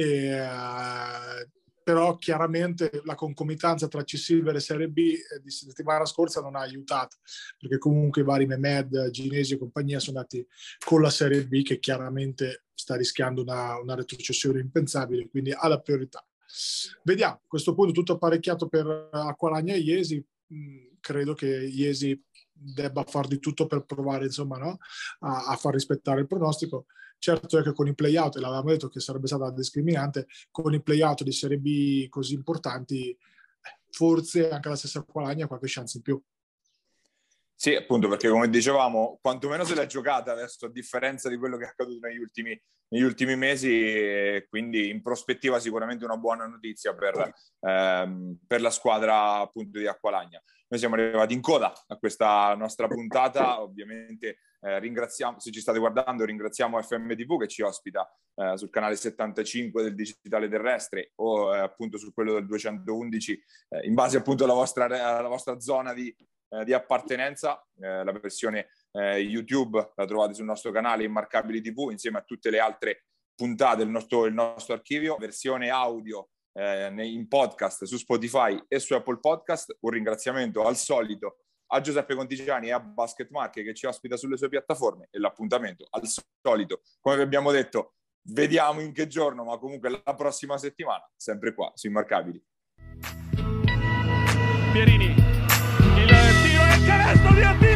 però chiaramente la concomitanza tra C-Silver e Serie B di settimana scorsa non ha aiutato, perché comunque i vari Mehmed, Ginesi e compagnia sono andati con la Serie B, che chiaramente sta rischiando una retrocessione impensabile, quindi ha la priorità. Vediamo, a questo punto tutto apparecchiato per Acqualagna e Iesi. Credo che Iesi debba far di tutto per provare, insomma, no? a far rispettare il pronostico. Certo è che con i play-out, e l'avevamo detto che sarebbe stata discriminante, con i play-out di Serie B così importanti, forse anche la stessa Acqualagna ha qualche chance in più. Sì, appunto, perché come dicevamo, quantomeno se l'è giocata adesso, a differenza di quello che è accaduto negli ultimi mesi, e quindi in prospettiva sicuramente una buona notizia per la squadra appunto di Acqualagna. Noi siamo arrivati in coda a questa nostra puntata, ovviamente ringraziamo, se ci state guardando, ringraziamo FMTV che ci ospita sul canale 75 del digitale terrestre, o appunto su quello del 211, in base appunto alla vostra zona di appartenenza. La versione YouTube la trovate sul nostro canale Immarcabili TV, insieme a tutte le altre puntate del nostro archivio. Versione audio in podcast su Spotify e su Apple Podcast. Un ringraziamento al solito a Giuseppe Contigiani e a Basket Marche che ci ospita sulle sue piattaforme, e l'appuntamento al solito, come vi abbiamo detto, vediamo in che giorno, ma comunque la prossima settimana, sempre qua su Immarcabili. Pierini, il tiro e il canestro di Attila!